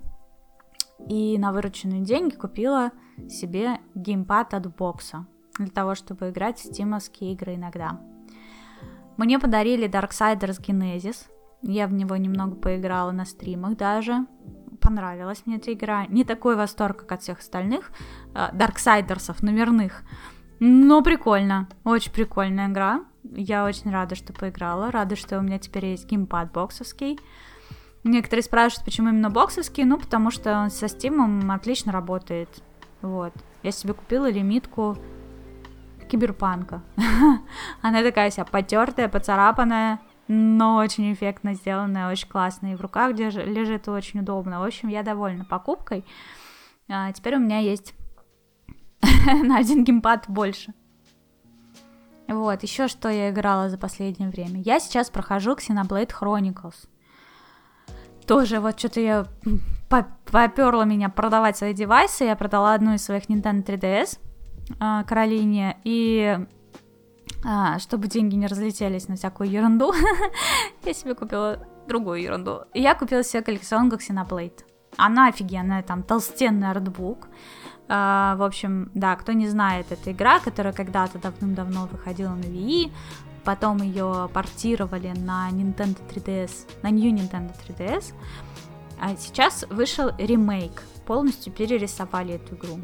и на вырученные деньги купила себе геймпад от бокса, для того, чтобы играть в стимовские игры иногда. Мне подарили Darksiders Genesis. Я в него немного поиграла на стримах даже. Понравилась мне эта игра. Не такой восторг, как от всех остальных Дарксайдерсов номерных. Но прикольно. Очень прикольная игра. Я очень рада, что поиграла. Рада, что у меня теперь есть геймпад боксовский. Некоторые спрашивают, почему именно боксовский. Ну, потому что он со стимом отлично работает. Вот. Я себе купила лимитку Киберпанка. Она такая вся потертая, поцарапанная, но очень эффектно сделанная, очень классная, и в руках лежит очень удобно. В общем, я довольна покупкой. Теперь у меня есть на один геймпад больше. Вот, еще что я играла за последнее время. Я сейчас прохожу Xenoblade Chronicles. Тоже вот что-то я попёрла меня продавать свои девайсы. Я продала одну из своих Nintendo 3DS Каролине, и чтобы деньги не разлетелись на всякую ерунду, я себе купила другую ерунду. И я купила себе коллекционку Xenoblade. Она офигенная, там толстенный артбук. В общем, да, кто не знает, это игра, которая когда-то давным-давно выходила на Wii, потом ее портировали на Nintendo 3DS, на New Nintendo 3DS, а сейчас вышел ремейк, полностью перерисовали эту игру.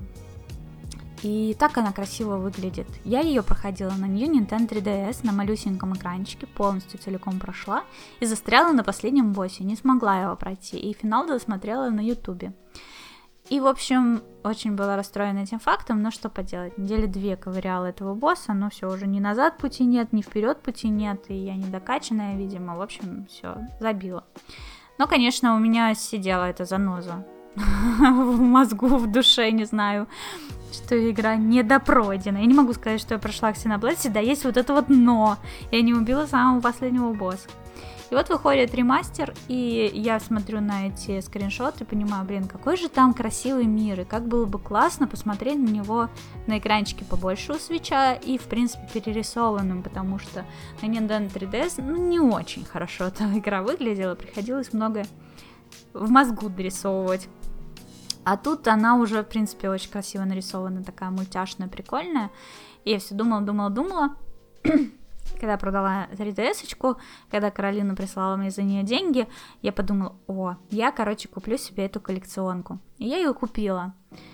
И так она красиво выглядит. Я ее проходила на New Nintendo 3DS на малюсеньком экранчике, полностью целиком прошла и застряла на последнем боссе, не смогла его пройти, и финал досмотрела на ютубе. И, в общем, очень была расстроена этим фактом, но что поделать, недели 2 ковыряла этого босса, но все, уже ни назад пути нет, ни вперед пути нет, и я недокачанная, видимо, в общем, все, забила. Но, конечно, у меня сидела эта заноза в мозгу, в душе, не знаю, что игра недопройдена. Я не могу сказать, что я прошла Xenoblade, всегда есть вот это вот но. Я не убила самого последнего босса. И вот выходит ремастер, и я смотрю на эти скриншоты и понимаю, блин, какой же там красивый мир, и как было бы классно посмотреть на него на экранчике побольше у свитча и, в принципе, перерисованным, потому что на Nintendo 3DS, не очень хорошо эта игра выглядела, приходилось много в мозгу дорисовывать. А тут она уже, в принципе, очень красиво нарисована, такая мультяшная, прикольная. И я все думала. Когда продала 3DS-очку, когда Каролина прислала мне за нее деньги, я подумала, я, куплю себе эту коллекционку. И я ее купила.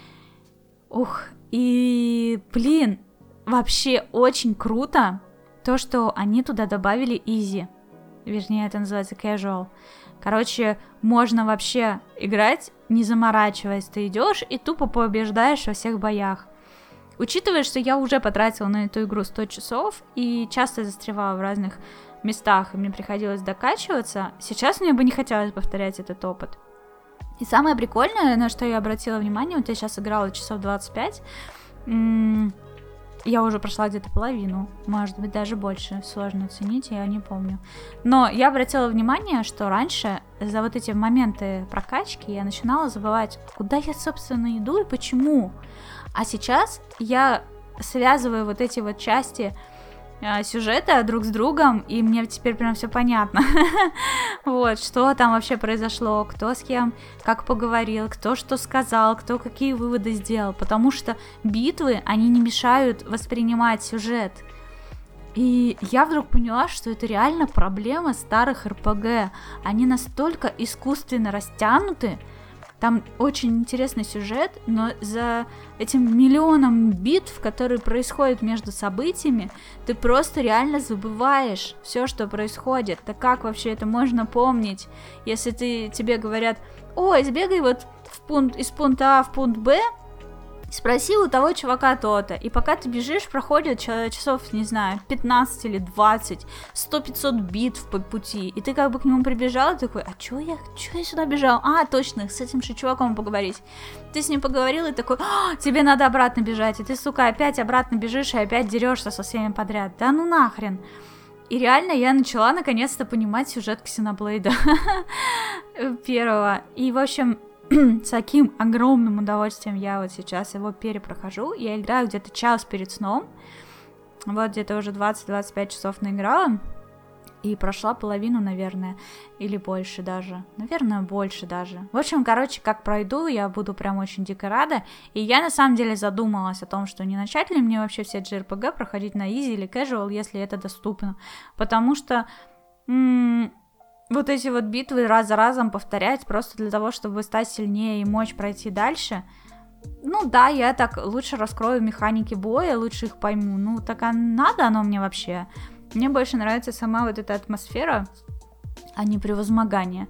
И, блин, вообще очень круто то, что они туда добавили easy. Вернее, это называется casual. Можно вообще играть, не заморачиваясь. Ты идешь и тупо побеждаешь во всех боях. Учитывая, что я уже потратила на эту игру 100 часов и часто застревала в разных местах, и мне приходилось докачиваться, сейчас мне бы не хотелось повторять этот опыт. И самое прикольное, на что я обратила внимание, вот я сейчас играла часов 25, я уже прошла где-то половину, может быть, даже больше, сложно оценить, я не помню. Но я обратила внимание, что раньше за вот эти моменты прокачки я начинала забывать, куда я, собственно, иду и почему. А сейчас я связываю вот эти вот части сюжеты друг с другом, и мне теперь прям все понятно. Вот, что там вообще произошло, кто с кем как поговорил, кто что сказал, кто какие выводы сделал, потому что битвы, они не мешают воспринимать сюжет. И я вдруг поняла, что это реально проблема старых РПГ. Они настолько искусственно растянуты. Там очень интересный сюжет, но за этим миллионом битв, которые происходят между событиями, ты просто реально забываешь все, что происходит. Так как вообще это можно помнить, если тебе говорят: ой, сбегай вот из пункта А в пункт Б, спроси у того чувака то-то, и пока ты бежишь, проходит часов, не знаю, 15 или 20, 100-500 битв по пути, и ты как бы к нему прибежал, и такой: а чё я сюда бежал? А, точно, с этим же чуваком поговорить. Ты с ним поговорил, и такой: тебе надо обратно бежать, и ты, сука, опять обратно бежишь, и опять дерешься со всеми подряд. Да ну нахрен. И реально я начала наконец-то понимать сюжет Ксеноблейда первого, и, в общем, с каким огромным удовольствием я вот сейчас его перепрохожу. Я играю где-то час перед сном. Вот где-то уже 20-25 часов наиграла. И прошла половину, наверное. Или больше даже. Наверное, больше даже. В общем, короче, как пройду, я буду прям очень дико рада. И я на самом деле задумалась о том, что не начать ли мне вообще все JRPG проходить на easy или casual, если это доступно. Потому что... вот эти вот битвы раз за разом повторять просто для того, чтобы стать сильнее и мочь пройти дальше. Ну да, я так лучше раскрою механики боя, лучше их пойму. Ну так а надо оно мне вообще? Мне больше нравится сама вот эта атмосфера, а не превозмогание.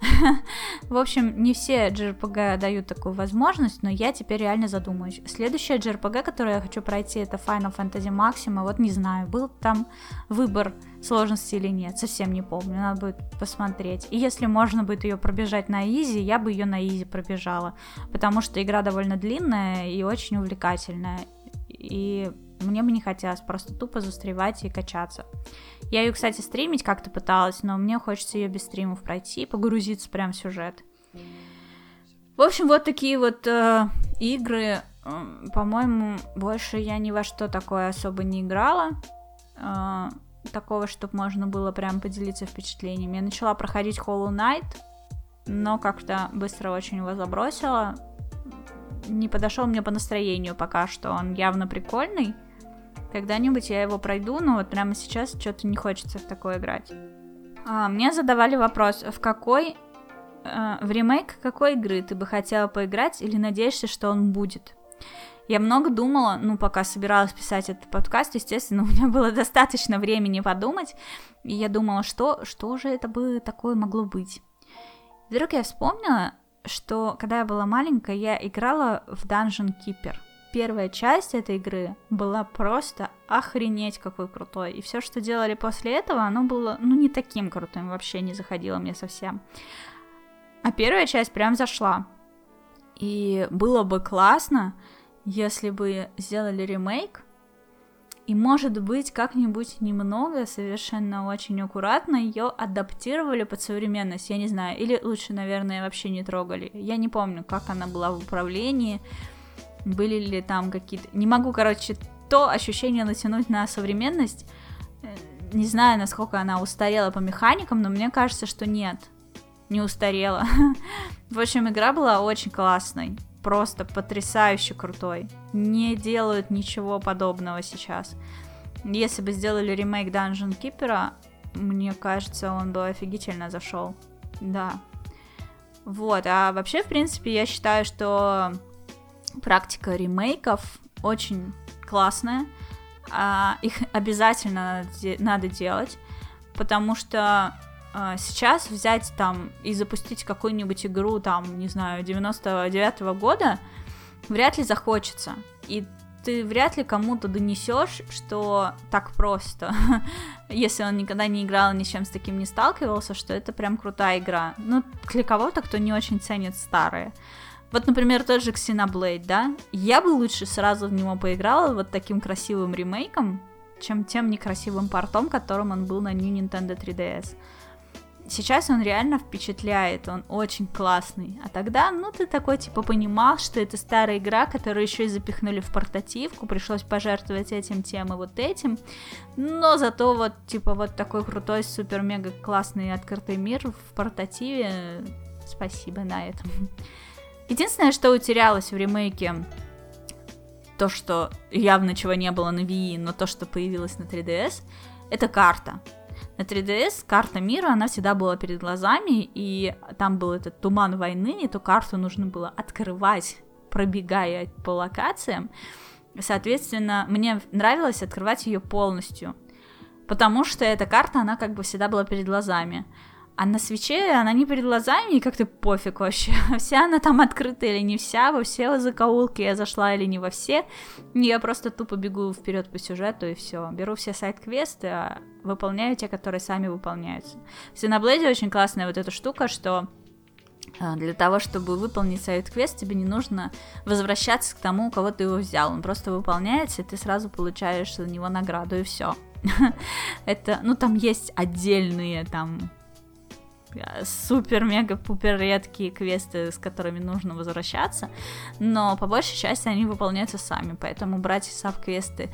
В общем, не все JRPG дают такую возможность, но я теперь реально задумаюсь. Следующая JRPG, которую я хочу пройти, это Final Fantasy Maxima. Вот не знаю, был там выбор сложности или нет, совсем не помню, надо будет посмотреть. И если можно будет ее пробежать на изи, я бы ее на изи пробежала, потому что игра довольно длинная и очень увлекательная. И мне бы не хотелось просто тупо застревать и качаться. Я ее, кстати, стримить как-то пыталась, но мне хочется ее без стримов пройти и погрузиться прям в сюжет. В общем, вот такие вот игры. По-моему, больше я ни во что такое особо не играла. Такого, чтобы можно было прям поделиться впечатлениями. Я начала проходить Hollow Knight, но как-то быстро очень его забросила. Не подошел мне по настроению пока что. Он явно прикольный. Когда-нибудь я его пройду, но вот прямо сейчас что-то не хочется в такое играть. Мне задавали вопрос: в ремейк какой игры ты бы хотела поиграть или надеешься, что он будет? Я много думала, пока собиралась писать этот подкаст, естественно, у меня было достаточно времени подумать, и я думала, что же это бы такое могло быть. Вдруг я вспомнила, что когда я была маленькая, я играла в Dungeon Keeper. Первая часть этой игры была просто охренеть какой крутой, и все, что делали после этого, оно было, не таким крутым, вообще не заходило мне совсем. А первая часть прям зашла, и было бы классно, если бы сделали ремейк, и, может быть, как-нибудь немного, совершенно очень аккуратно ее адаптировали под современность, я не знаю, или лучше, наверное, вообще не трогали. Я не помню, как она была в управлении, были ли там какие-то... Не могу, то ощущение натянуть на современность. Не знаю, насколько она устарела по механикам, но мне кажется, что нет, не устарела. В общем, игра была очень классной. Просто потрясающе крутой. Не делают ничего подобного сейчас. Если бы сделали ремейк Dungeon Keeper, мне кажется, он бы офигительно зашел. Да. Вот, а вообще, в принципе, я считаю, что практика ремейков очень классная. Их обязательно надо делать, потому что сейчас взять там и запустить какую-нибудь игру, там, не знаю, 99-го года вряд ли захочется. И ты вряд ли кому-то донесешь, что так просто, если он никогда не играл, ни с чем с таким не сталкивался, что это прям крутая игра. Для кого-то, кто не очень ценит старые. Вот, например, тот же Xenoblade, да? Я бы лучше сразу в него поиграла вот таким красивым ремейком, чем тем некрасивым портом, которым он был на New Nintendo 3DS. сейчас он реально впечатляет, он очень классный. А тогда, ты такой, понимал, что это старая игра, которую еще и запихнули в портативку, пришлось пожертвовать этим, тем и вот этим. Но зато вот такой крутой, супер-мега классный открытый мир в портативе. Спасибо на этом. Единственное, что утерялось в ремейке, то, что явно чего не было на Wii, но то, что появилось на 3DS, это карта. На 3DS карта мира, она всегда была перед глазами, и там был этот туман войны, эту карту нужно было открывать, пробегая по локациям. Соответственно, мне нравилось открывать ее полностью, потому что эта карта, она всегда была перед глазами. А на свитче она не перед глазами, и как-то пофиг вообще. Вся она там открыта или не вся, во все закоулки я зашла или не во все. Я просто тупо бегу вперед по сюжету, и все. Беру все сайд-квесты, а выполняю те, которые сами выполняются. В Xenoblade очень классная вот эта штука, что для того, чтобы выполнить сайд-квест, тебе не нужно возвращаться к тому, у кого ты его взял. Он просто выполняется, и ты сразу получаешь за него награду, и все. Это, там есть отдельные там супер-мега-пупер редкие квесты, с которыми нужно возвращаться, но по большей части они выполняются сами, поэтому брать саб-квесты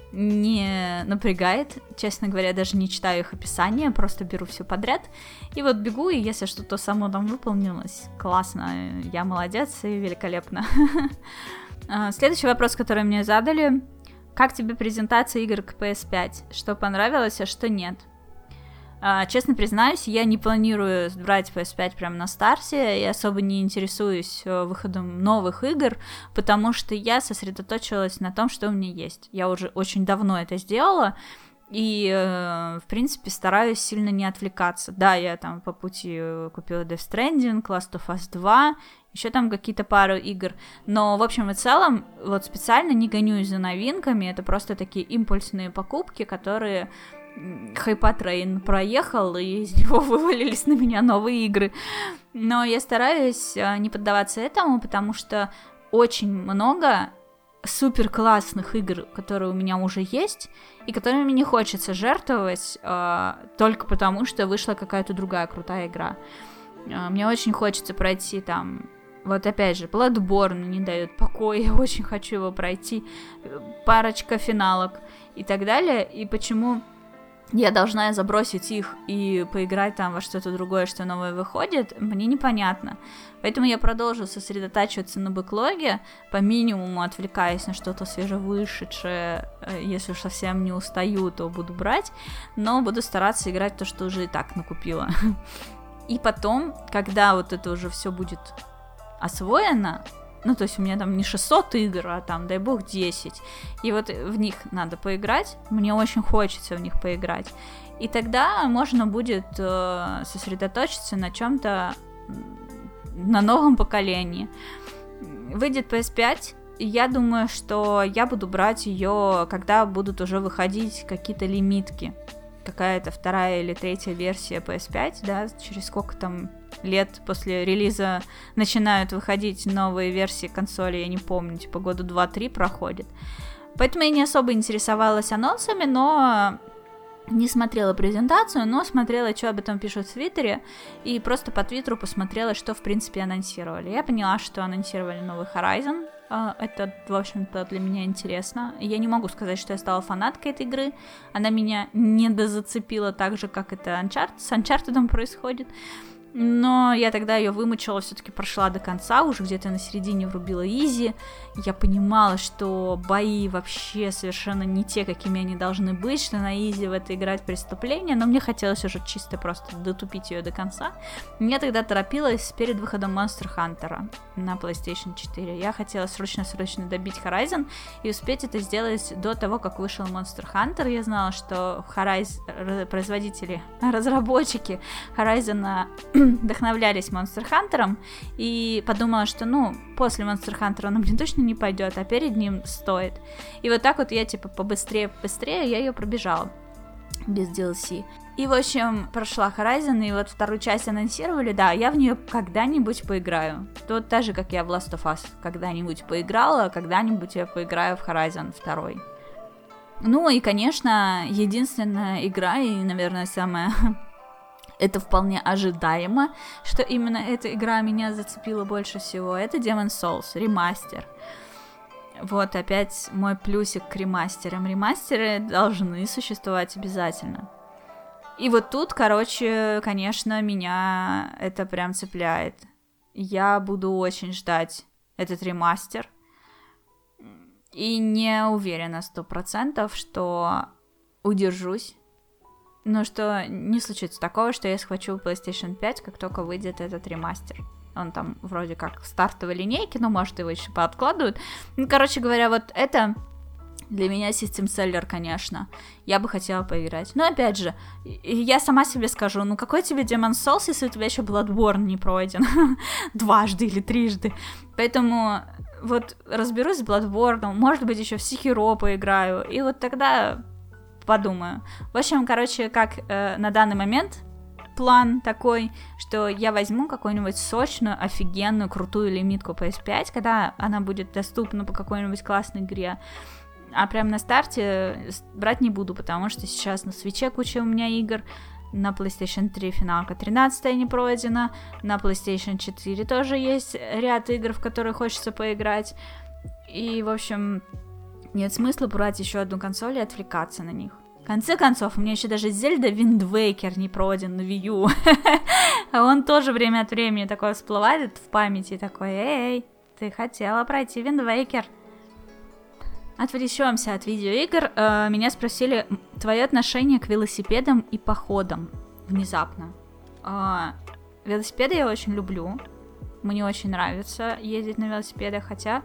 не напрягает, честно говоря, даже не читаю их описание, просто беру все подряд, и вот бегу, и если что-то само там выполнилось, классно, я молодец и великолепно. Следующий вопрос, который мне задали: как тебе презентация игр к PS5? Что понравилось, а что нет? Честно признаюсь, я не планирую брать PS5 прямо на старте, и особо не интересуюсь выходом новых игр, потому что я сосредоточилась на том, что у меня есть. Я уже очень давно это сделала, и, в принципе, стараюсь сильно не отвлекаться. Да, я там по пути купила Death Stranding, Last of Us 2, еще там какие-то пару игр, но, в общем и целом, вот специально не гонюсь за новинками, это просто такие импульсные покупки, которые... Хайпатрейн проехал, и из него вывалились на меня новые игры. Но я стараюсь не поддаваться этому, потому что очень много супер классных игр, которые у меня уже есть, и которыми мне не хочется жертвовать только потому, что вышла какая-то другая крутая игра. Мне очень хочется пройти там... Вот опять же, Bloodborne не дает покоя, я очень хочу его пройти. Парочка финалок и так далее. И почему... я должна забросить их и поиграть там во что-то другое, что новое выходит, мне непонятно. Поэтому я продолжу сосредотачиваться на бэклоге, по минимуму отвлекаясь на что-то свежевышедшее. Если уж совсем не устаю, то буду брать, но буду стараться играть то, что уже и так накупила. И потом, когда вот это уже все будет освоено, то есть у меня там не 600 игр, а там, дай бог, 10. И вот в них надо поиграть. Мне очень хочется в них поиграть. И тогда можно будет сосредоточиться на чем-то, на новом поколении. Выйдет PS5, и я думаю, что я буду брать ее, когда будут уже выходить какие-то лимитки. Какая-то вторая или третья версия PS5, да, через сколько там лет после релиза начинают выходить новые версии консоли, я не помню, года 2-3 проходит. Поэтому я не особо интересовалась анонсами, но не смотрела презентацию, но смотрела, что об этом пишут в Твиттере, и просто по Твиттеру посмотрела, что, в принципе, анонсировали. Я поняла, что анонсировали новый Horizon. Это, в общем-то, для меня интересно. Я не могу сказать, что я стала фанаткой этой игры. Она меня не дозацепила так же, как это с Uncharted происходит. Но я тогда ее вымучила, все-таки прошла до конца, уже где-то на середине врубила изи. Я понимала, что бои вообще совершенно не те, какими они должны быть, что на изи в это играть преступление, но мне хотелось уже чисто просто дотупить ее до конца. Я тогда торопилась перед выходом Monster Hunter на PlayStation 4. Я хотела срочно-срочно добить Horizon и успеть это сделать до того, как вышел Monster Hunter. Я знала, что производители, разработчики Horizon вдохновлялись Monster Hunter, и подумала, что, после Monster Hunter он мне точно не пойдет, а перед ним стоит. И вот так вот я, побыстрее я ее пробежала без DLC. И, в общем, прошла Horizon, и вот вторую часть анонсировали, да, я в нее когда-нибудь поиграю. Тут так же, как я в Last of Us когда-нибудь поиграла, когда-нибудь я поиграю в Horizon 2. И, конечно, единственная игра, и, наверное, самая Это вполне ожидаемо, что именно эта игра меня зацепила больше всего. Это Demon's Souls, ремастер. Вот опять мой плюсик к ремастерам. Ремастеры должны существовать обязательно. И вот тут, короче, конечно, меня это прям цепляет. Я буду очень ждать этот ремастер. И не уверена 100%, что удержусь. Но что не случится такого, что я схвачу PlayStation 5, как только выйдет этот ремастер. Он там вроде как в стартовой линейке, но может его еще пооткладывают. Ну, короче говоря, вот это для меня систем-селлер, конечно. Я бы хотела поиграть. Но опять же, я сама себе скажу, ну какой тебе Demon's Souls, если у тебя еще Bloodborne не пройден? Дважды или трижды. Поэтому вот разберусь с Bloodborne, может быть, еще в Sekiro поиграю, и вот тогда подумаю. В общем, короче, как на данный момент план такой, что я возьму какую-нибудь сочную, офигенную, крутую лимитку PS5, когда она будет доступна по какой-нибудь классной игре, а прям на старте брать не буду, потому что сейчас на Switch'е куча у меня игр, на PlayStation 3 финалка 13 не пройдена, на PlayStation 4 тоже есть ряд игр, в которые хочется поиграть, и, в общем, нет смысла брать еще одну консоль и отвлекаться на них. В конце концов, у меня еще даже Zelda Wind Waker не пройден на Wii U. А он тоже время от времени такой всплывает в памяти, такой: эй, ты хотела пройти Wind Waker. Отвлечемся от видеоигр. Меня спросили твое отношение к велосипедам и походам внезапно. Велосипеды я очень люблю. Мне очень нравится ездить на велосипедах, хотя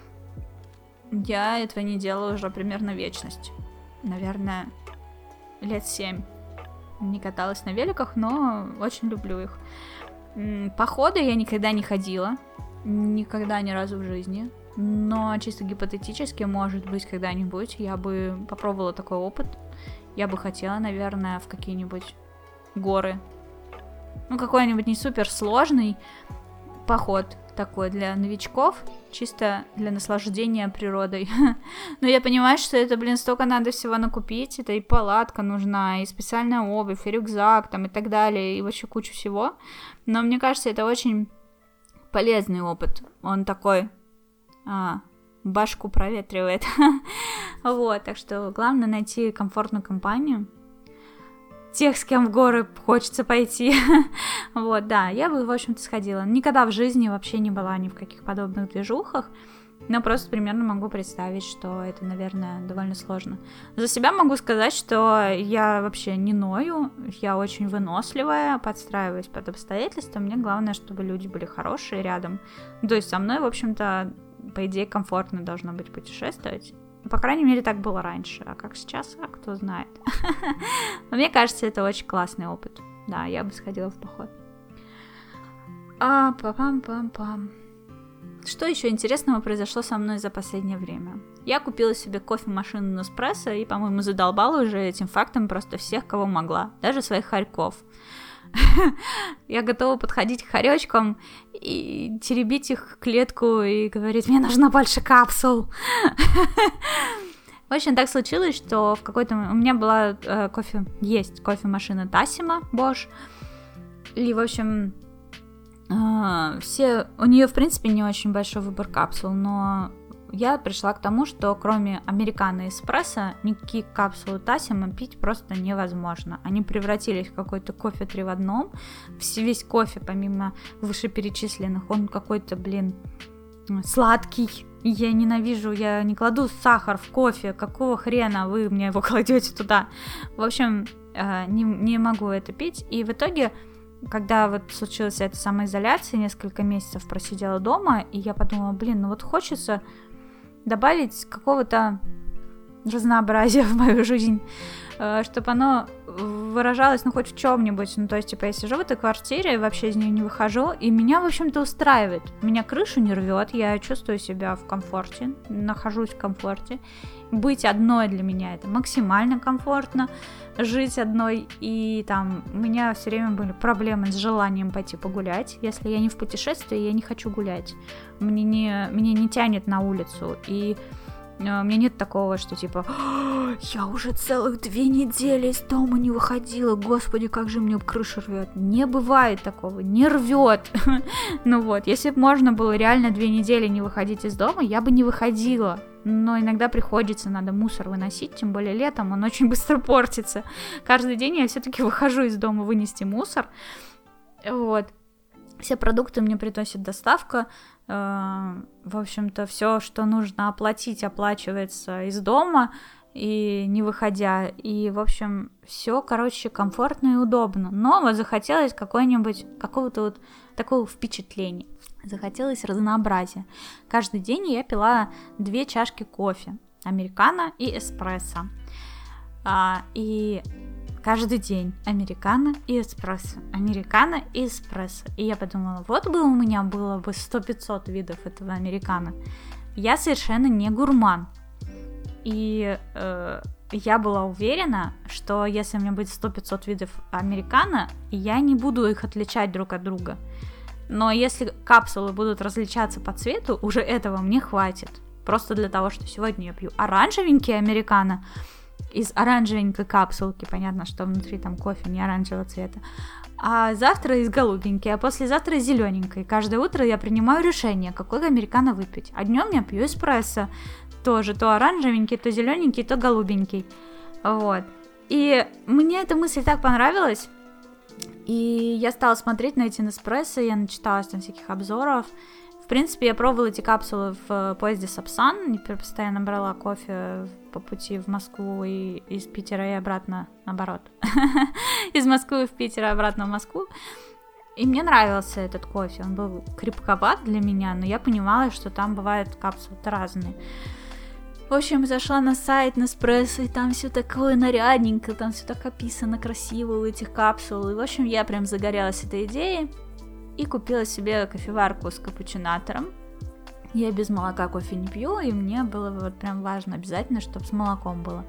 я этого не делаю уже примерно вечность. Наверное, лет 7 не каталась на великах, но очень люблю их. Походы я никогда не ходила. Никогда ни разу в жизни. Но чисто гипотетически, может быть, когда-нибудь я бы попробовала такой опыт. Я бы хотела, наверное, в какие-нибудь горы. Ну, какой-нибудь не супер сложный поход такой для новичков, чисто для наслаждения природой. Но я понимаю, что это, столько надо всего накупить. Это и палатка нужна, и специальная обувь, и рюкзак, там, и так далее, и вообще кучу всего. Но мне кажется, это очень полезный опыт. Он такой... башку проветривает. Вот, так что главное найти комфортную компанию. Тех, с кем в горы хочется пойти. Вот, да, я бы, в общем-то, сходила. Никогда в жизни вообще не была ни в каких подобных движухах, но просто примерно могу представить, что это, наверное, довольно сложно. За себя могу сказать, что я вообще не ною, я очень выносливая, подстраиваюсь под обстоятельства. Мне главное, чтобы люди были хорошие рядом. То есть со мной, в общем-то, по идее, комфортно должно быть путешествовать. По крайней мере, так было раньше. А как сейчас? А кто знает. Но мне кажется, это очень классный опыт. Да, я бы сходила в поход. Па-пам-пам-пам. Что еще интересного произошло со мной за последнее время? Я купила себе кофемашину Nespresso и, по-моему, задолбала уже этим фактом просто всех, кого могла. Даже своих хорьков. Я готова подходить к хоречкам и теребить их клетку и говорить: мне нужно больше капсул. В общем, так случилось, что в какой-то... У меня была есть кофемашина Tassimo Bosch. И, в общем, у нее, в принципе, не очень большой выбор капсул, но я пришла к тому, что кроме американо и эспрессо никакие капсулы Tassimo пить просто невозможно. Они превратились в какой-то кофе 3 в одном. Весь кофе, помимо вышеперечисленных, он какой-то, сладкий. Я ненавижу, я не кладу сахар в кофе. Какого хрена вы мне его кладете туда? В общем, не могу это пить. И в итоге, когда вот случилась эта самоизоляция, несколько месяцев просидела дома, и я подумала: хочется добавить какого-то разнообразия в мою жизнь, чтобы оно выражалось, хоть в чем-нибудь. То есть, я сижу в этой квартире, вообще из нее не выхожу, и меня, в общем-то, устраивает. Меня крышу не рвет, я чувствую себя в комфорте, нахожусь в комфорте. Быть одной для меня это максимально комфортно, жить одной, и у меня все время были проблемы с желанием пойти погулять. Если я не в путешествии, я не хочу гулять. Меня не тянет на улицу, и у меня нет такого, что Я уже целых 2 недели из дома не выходила. Господи, как же мне крышу рвет. Не бывает такого, не рвет. Ну вот, если бы можно было реально 2 недели не выходить из дома, я бы не выходила. Но иногда приходится, надо мусор выносить, тем более летом, он очень быстро портится. Каждый день я все-таки выхожу из дома вынести мусор. Вот. Все продукты мне приносит доставка. В общем-то, все, что нужно оплатить, оплачивается из дома и не выходя. И, в общем, все, короче, комфортно и удобно. Но вот захотелось какого-то вот такого впечатления. Захотелось разнообразия. Каждый день я пила 2 чашки кофе. Американо и эспрессо. И каждый день американо и эспрессо. Американо и эспрессо. И я подумала, вот бы у меня было бы 100-500 видов этого американо. Я совершенно не гурман. И я была уверена, что если у меня будет 100-500 видов американо, я не буду их отличать друг от друга. Но если капсулы будут различаться по цвету, уже этого мне хватит. Просто для того, что сегодня я пью оранжевенький американо из оранжевенькой капсулки. Понятно, что внутри там кофе не оранжевого цвета. А завтра из голубенькой, а послезавтра из зелененькой. Каждое утро я принимаю решение, какой американо выпить. А днем я пью эспрессо. Тоже то оранжевенький, то зелененький, то голубенький. Вот. И мне эта мысль так понравилась. И я стала смотреть на эти Неспрессо, я начиталась там всяких обзоров. В принципе, я пробовала эти капсулы в поезде Сапсан, я постоянно брала кофе по пути в Москву и из Питера и обратно, наоборот. Из Москвы в Питер и обратно в Москву. И мне нравился этот кофе, он был крепковат для меня, но я понимала, что там бывают капсулы-то разные. В общем, зашла на сайт Неспрессо, и там все такое нарядненько, там все так описано красиво у этих капсул. И, в общем, я прям загорелась этой идеей и купила себе кофеварку с капучинатором. Я без молока кофе не пью, и мне было вот прям важно обязательно, чтобы с молоком было.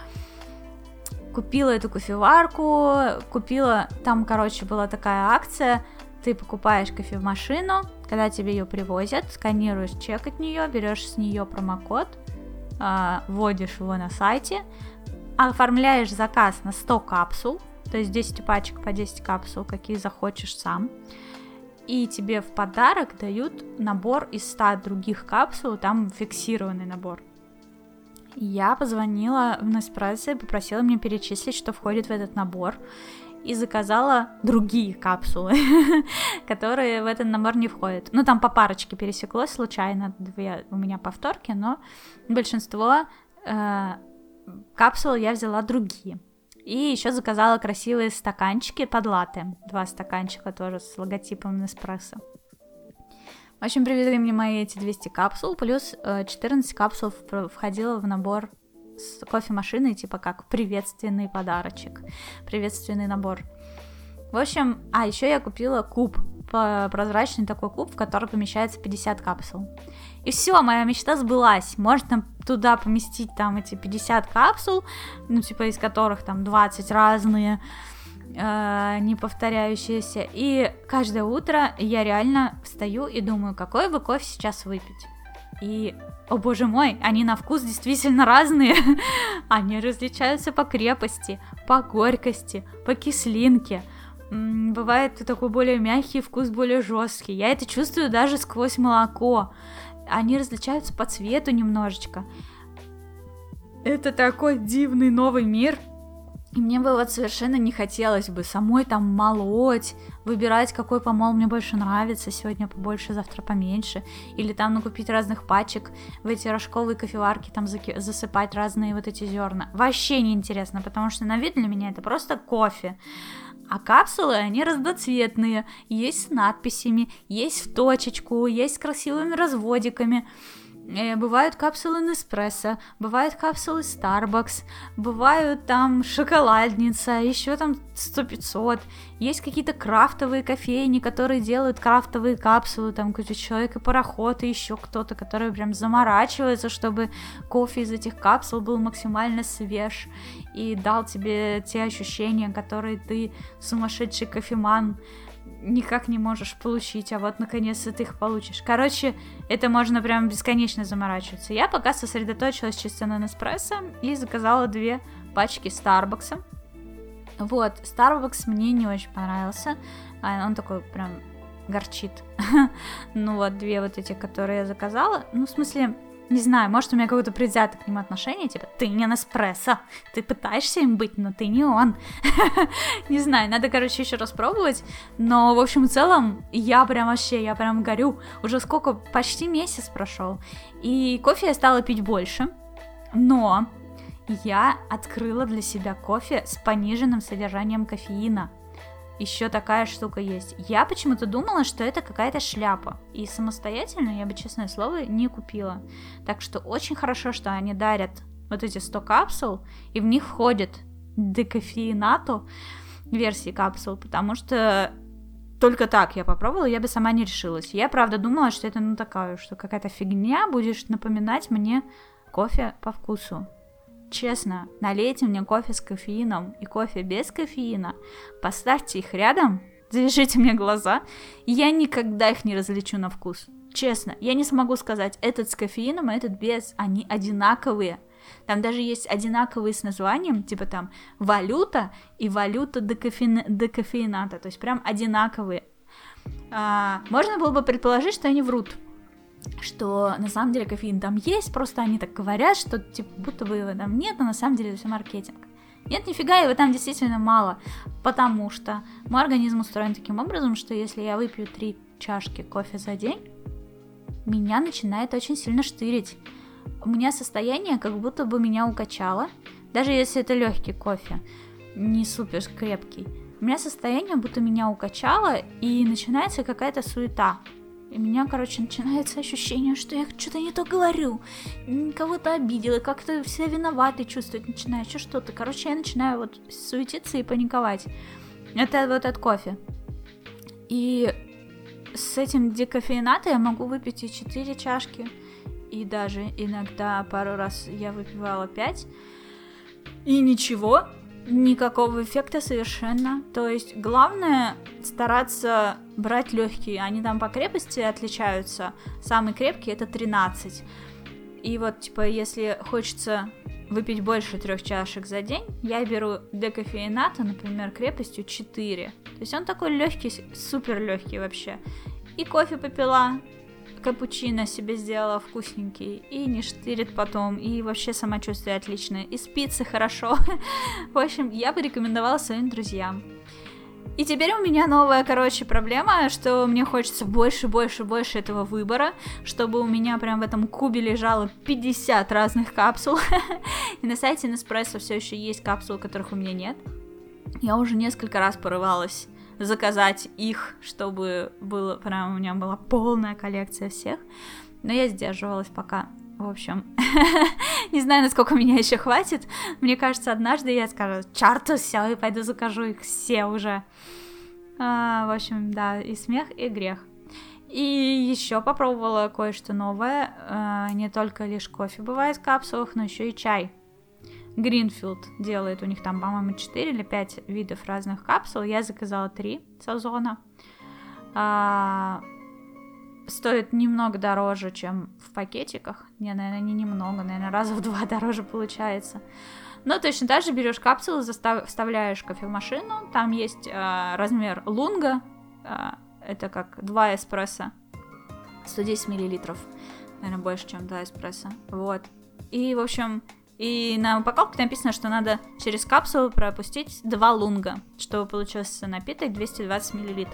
Купила эту кофеварку, там, короче, была такая акция, ты покупаешь кофемашину, когда тебе ее привозят, сканируешь чек от нее, берешь с нее промокод, вводишь его на сайте, оформляешь заказ на 100 капсул, то есть 10 пачек по 10 капсул, какие захочешь сам, и тебе в подарок дают набор из 100 других капсул, там фиксированный набор. Я позвонила в Неспрессо и попросила мне перечислить, что входит в этот набор, и заказала другие капсулы, которые в этот набор не входят. Ну, там по парочке пересеклось случайно, 2 у меня повторки, но большинство капсул я взяла другие. И еще заказала красивые стаканчики под латте. 2 стаканчика тоже с логотипом Неспрессо. В общем, привезли мне мои эти 200 капсул, плюс 14 капсул входило в набор с кофемашиной, типа как приветственный подарочек, приветственный набор. В общем, еще я купила куб, прозрачный такой куб, в который помещается 50 капсул. И все, моя мечта сбылась. Можно туда поместить там эти 50 капсул, ну типа из которых там 20 разные, не повторяющиеся. И каждое утро я реально встаю и думаю, какой бы кофе сейчас выпить. И, о боже мой, они на вкус действительно разные. Они различаются по крепости, по горькости, по кислинке. Бывает такой более мягкий вкус, более жесткий. Я это чувствую даже сквозь молоко. Они различаются по цвету немножечко. Это такой дивный новый мир. И мне бы вот совершенно не хотелось бы самой там молоть, выбирать, какой помол мне больше нравится, сегодня побольше, завтра поменьше, или там накупить разных пачек, в эти рожковые кофеварки там засыпать разные вот эти зерна. Вообще не интересно, потому что на вид для меня это просто кофе. А капсулы, они разноцветные, есть с надписями, есть в точечку, есть с красивыми разводиками. Бывают капсулы Неспрессо, бывают капсулы Starbucks, бывают там шоколадница, еще там 100-500. Есть какие-то крафтовые кофейни, которые делают крафтовые капсулы, там какой-то Человек и пароход, и еще кто-то, который прям заморачивается, чтобы кофе из этих капсул был максимально свеж и дал тебе те ощущения, которые ты, сумасшедший кофеман, никак не можешь получить, а вот наконец-то ты их получишь. Короче, это можно прям бесконечно заморачиваться. Я пока сосредоточилась чисто на Неспрессо и заказала 2 пачки Старбакса. Вот, Starbucks мне не очень понравился. Он такой прям горчит. Ну вот, 2 вот эти, которые я заказала. Ну, в смысле, не знаю, может, у меня какое-то предвзятое к нему отношение, типа, ты не Неспрессо, ты пытаешься им быть, но ты не он. Не знаю, надо, короче, еще раз пробовать, но, в общем, в целом, я прям горю, уже сколько, почти месяц прошел, и кофе я стала пить больше, но я открыла для себя кофе с пониженным содержанием кофеина. Еще такая штука есть. Я почему-то думала, что это какая-то шляпа. И самостоятельно я бы, честное слово, не купила. Так что очень хорошо, что они дарят вот эти 100 капсул, и в них входит декофеинато версии капсул, потому что только так я попробовала, я бы сама не решилась. Я, правда, думала, что это такая, что какая-то фигня, будешь напоминать мне кофе по вкусу. Честно, налейте мне кофе с кофеином и кофе без кофеина, поставьте их рядом, завяжите мне глаза, и я никогда их не различу на вкус. Честно, я не смогу сказать, этот с кофеином, а этот без, они одинаковые. Там даже есть одинаковые с названием, типа там валюта и валюта декофеината, то есть прям одинаковые. Можно было бы предположить, что они врут, что на самом деле кофеин там есть, просто они так говорят, что типа будто бы его там нет, но на самом деле это все маркетинг. Нет, нифига, его там действительно мало, потому что мой организм устроен таким образом, что если я выпью 3 чашки кофе за день, меня начинает очень сильно штырить. У меня состояние, как будто бы меня укачало, даже если это легкий кофе, не супер крепкий. У меня состояние, будто меня укачало, и начинается какая-то суета. И у меня, короче, начинается ощущение, что я что-то не то говорю, кого-то обидела, как-то себя виноватой чувствовать начинаю, еще что-то. Короче, я начинаю вот суетиться и паниковать. Это вот от кофе. И с этим декофеината я могу выпить и 4 чашки, и даже иногда пару раз я выпивала 5. И ничего, никакого эффекта совершенно. То есть главное стараться брать легкие. Они там по крепости отличаются. Самый крепкий это 13. И вот типа если хочется выпить больше 3 чашек за день, я беру декофеината, например, крепостью 4. То есть он такой легкий, супер легкий вообще. И кофе попила, капучино себе сделала вкусненький, и не штырит потом, и вообще самочувствие отличное, и спится хорошо. В общем, я бы рекомендовала своим друзьям. И теперь у меня новая, короче, проблема, что мне хочется больше этого выбора, чтобы у меня прям в этом кубе лежало 50 разных капсул. И на сайте Неспрессо все еще есть капсулы, которых у меня нет. Я уже несколько раз порывалась заказать их, чтобы было прям у меня была полная коллекция всех, но я сдерживалась пока. В общем, не знаю, насколько меня еще хватит. Мне кажется, однажды я скажу: чарту, все, и пойду закажу их все уже. В общем, да, и смех, и грех. И еще попробовала кое-что новое. Не только лишь кофе бывает в капсулах, но еще и чай. Greenfield делает, у них там, по-моему, 4 или 5 видов разных капсул. Я заказала 3 с Озона. Стоит немного дороже, чем в пакетиках. Не, наверное, не немного, наверное, раза в 2 дороже получается. Но точно так же берешь капсулу, вставляешь кофемашину. Там есть размер лунга. Это как 2 эспрессо. 110 мл. Наверное, больше, чем 2 эспрессо. Вот. И, в общем... И на упаковке написано, что надо через капсулу пропустить 2 лунга, чтобы получился напиток 220 мл.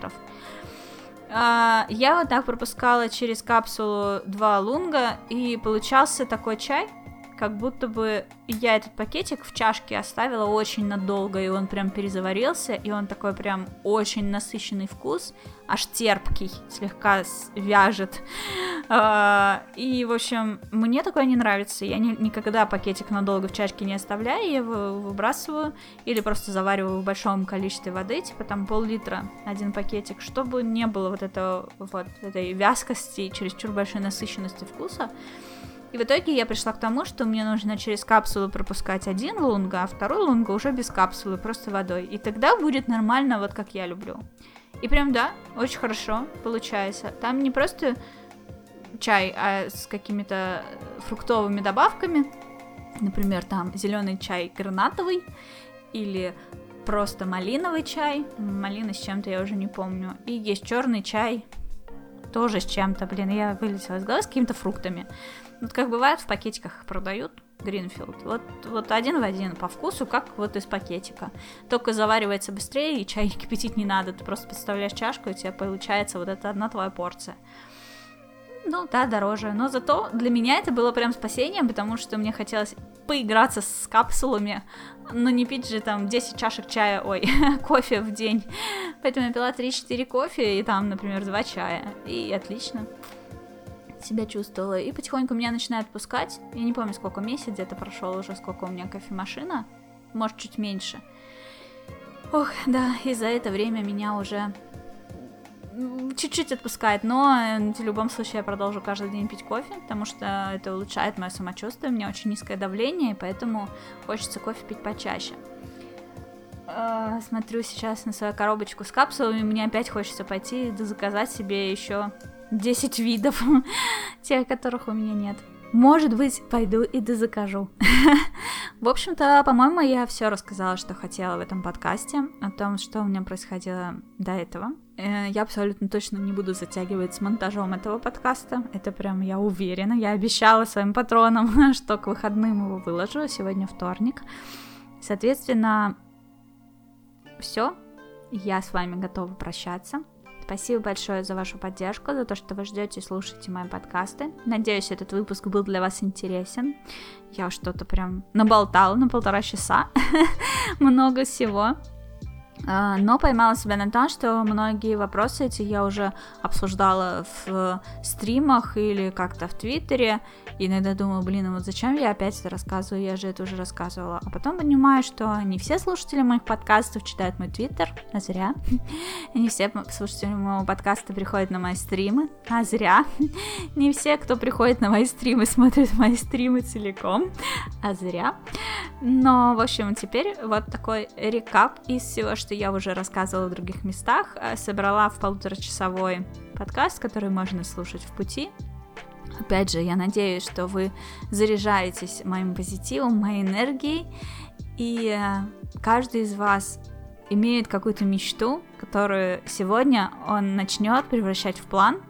Я вот так пропускала через капсулу 2 лунга, и получался такой чай, как будто бы я этот пакетик в чашке оставила очень надолго, и он прям перезаварился, и он такой прям очень насыщенный вкус, аж терпкий, слегка вяжет. И, в общем, мне такое не нравится. Я никогда пакетик надолго в чашке не оставляю, я его выбрасываю или просто завариваю в большом количестве воды, типа там пол-литра один пакетик, чтобы не было вот этой вязкости и чересчур большой насыщенности вкуса. И в итоге я пришла к тому, что мне нужно через капсулу пропускать 1 лунга, а 2 лунга уже без капсулы, просто водой. И тогда будет нормально, вот как я люблю. И прям, да, очень хорошо получается. Там не просто чай, а с какими-то фруктовыми добавками. Например, там зеленый чай гранатовый или просто малиновый чай. Малина с чем-то я уже не помню. И есть черный чай тоже с чем-то. Блин, я вылетела из головы, с какими-то фруктами. Вот как бывает, в пакетиках их продают. Гринфилд. Вот один в один по вкусу, как вот из пакетика. Только заваривается быстрее, и чай кипятить не надо. Ты просто подставляешь чашку, и у тебя получается вот эта одна твоя порция. Ну да, дороже. Но зато для меня это было прям спасением, потому что мне хотелось поиграться с капсулами, но не пить же там 10 чашек чая, кофе в день. Поэтому я пила 3-4 кофе и там, например, 2 чая. И отлично себя чувствовала. И потихоньку меня начинает отпускать. Я не помню, сколько месяц где-то прошел уже, сколько у меня кофемашина. Может, чуть меньше. Ох, да, и за это время меня уже чуть-чуть отпускает, но в любом случае я продолжу каждый день пить кофе, потому что это улучшает мое самочувствие, у меня очень низкое давление, и поэтому хочется кофе пить почаще. Смотрю сейчас на свою коробочку с капсулами, мне опять хочется пойти да заказать себе еще 10 видов, тех, которых у меня нет. Может быть, пойду и дозакажу. В общем-то, по-моему, я все рассказала, что хотела в этом подкасте, о том, что у меня происходило до этого. Я абсолютно точно не буду затягивать с монтажом этого подкаста. Это прям я уверена. Я обещала своим патронам, что к выходным его выложу. Сегодня вторник. Соответственно, все. Я с вами готова прощаться. Спасибо большое за вашу поддержку, за то, что вы ждете и слушаете мои подкасты. Надеюсь, этот выпуск был для вас интересен. Я что-то прям наболтала на 1,5 часа. Много всего. Но поймала себя на том, что многие вопросы эти я уже обсуждала в стримах или как-то в Твиттере. И иногда думаю, вот зачем я опять это рассказываю, я же это уже рассказывала. А потом понимаю, что не все слушатели моих подкастов читают мой Твиттер, а зря. Не все слушатели моего подкаста приходят на мои стримы, а зря. Не все, кто приходит на мои стримы, смотрят мои стримы целиком, а зря. Но, в общем, теперь вот такой рекап из всего, что я уже рассказывала в других местах, собрала в 1,5-часовой подкаст, который можно слушать в пути. Опять же, я надеюсь, что вы заряжаетесь моим позитивом, моей энергией, и каждый из вас имеет какую-то мечту, которую сегодня он начнет превращать в план,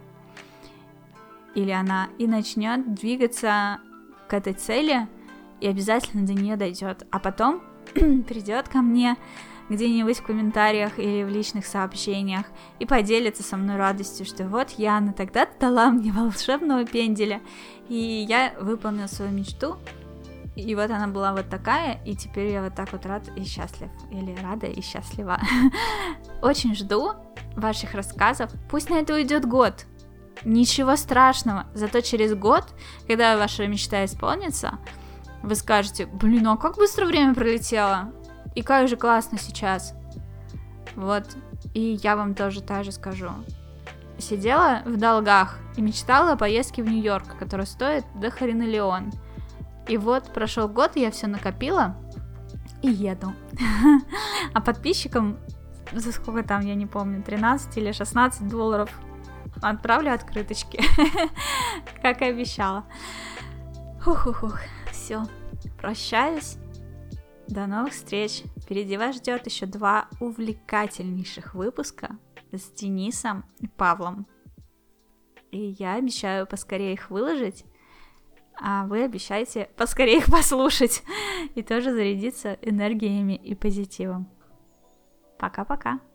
или она и начнет двигаться к этой цели, и обязательно до нее дойдет, а потом придет ко мне где-нибудь в комментариях или в личных сообщениях и поделится со мной радостью, что вот Яна тогда-то дала мне волшебного пенделя, и я выполнила свою мечту, и вот она была вот такая, и теперь я вот так вот рад и счастлив, или рада и счастлива. Очень жду ваших рассказов, пусть на это уйдет год, ничего страшного, зато через год, когда ваша мечта исполнится, вы скажете, а как быстро время пролетело, и как же классно сейчас. Вот, и я вам тоже так же скажу. Сидела в долгах и мечтала о поездке в Нью-Йорк, которая стоит до хрена леон. И вот прошел год, и я все накопила и еду. А подписчикам, за сколько там, я не помню, 13 или 16 долларов отправлю открыточки, как и обещала. Все, прощаюсь. До новых встреч! Впереди вас ждет еще 2 увлекательнейших выпуска с Денисом и Павлом. И я обещаю поскорее их выложить, а вы обещаете поскорее их послушать и тоже зарядиться энергиями и позитивом. Пока-пока!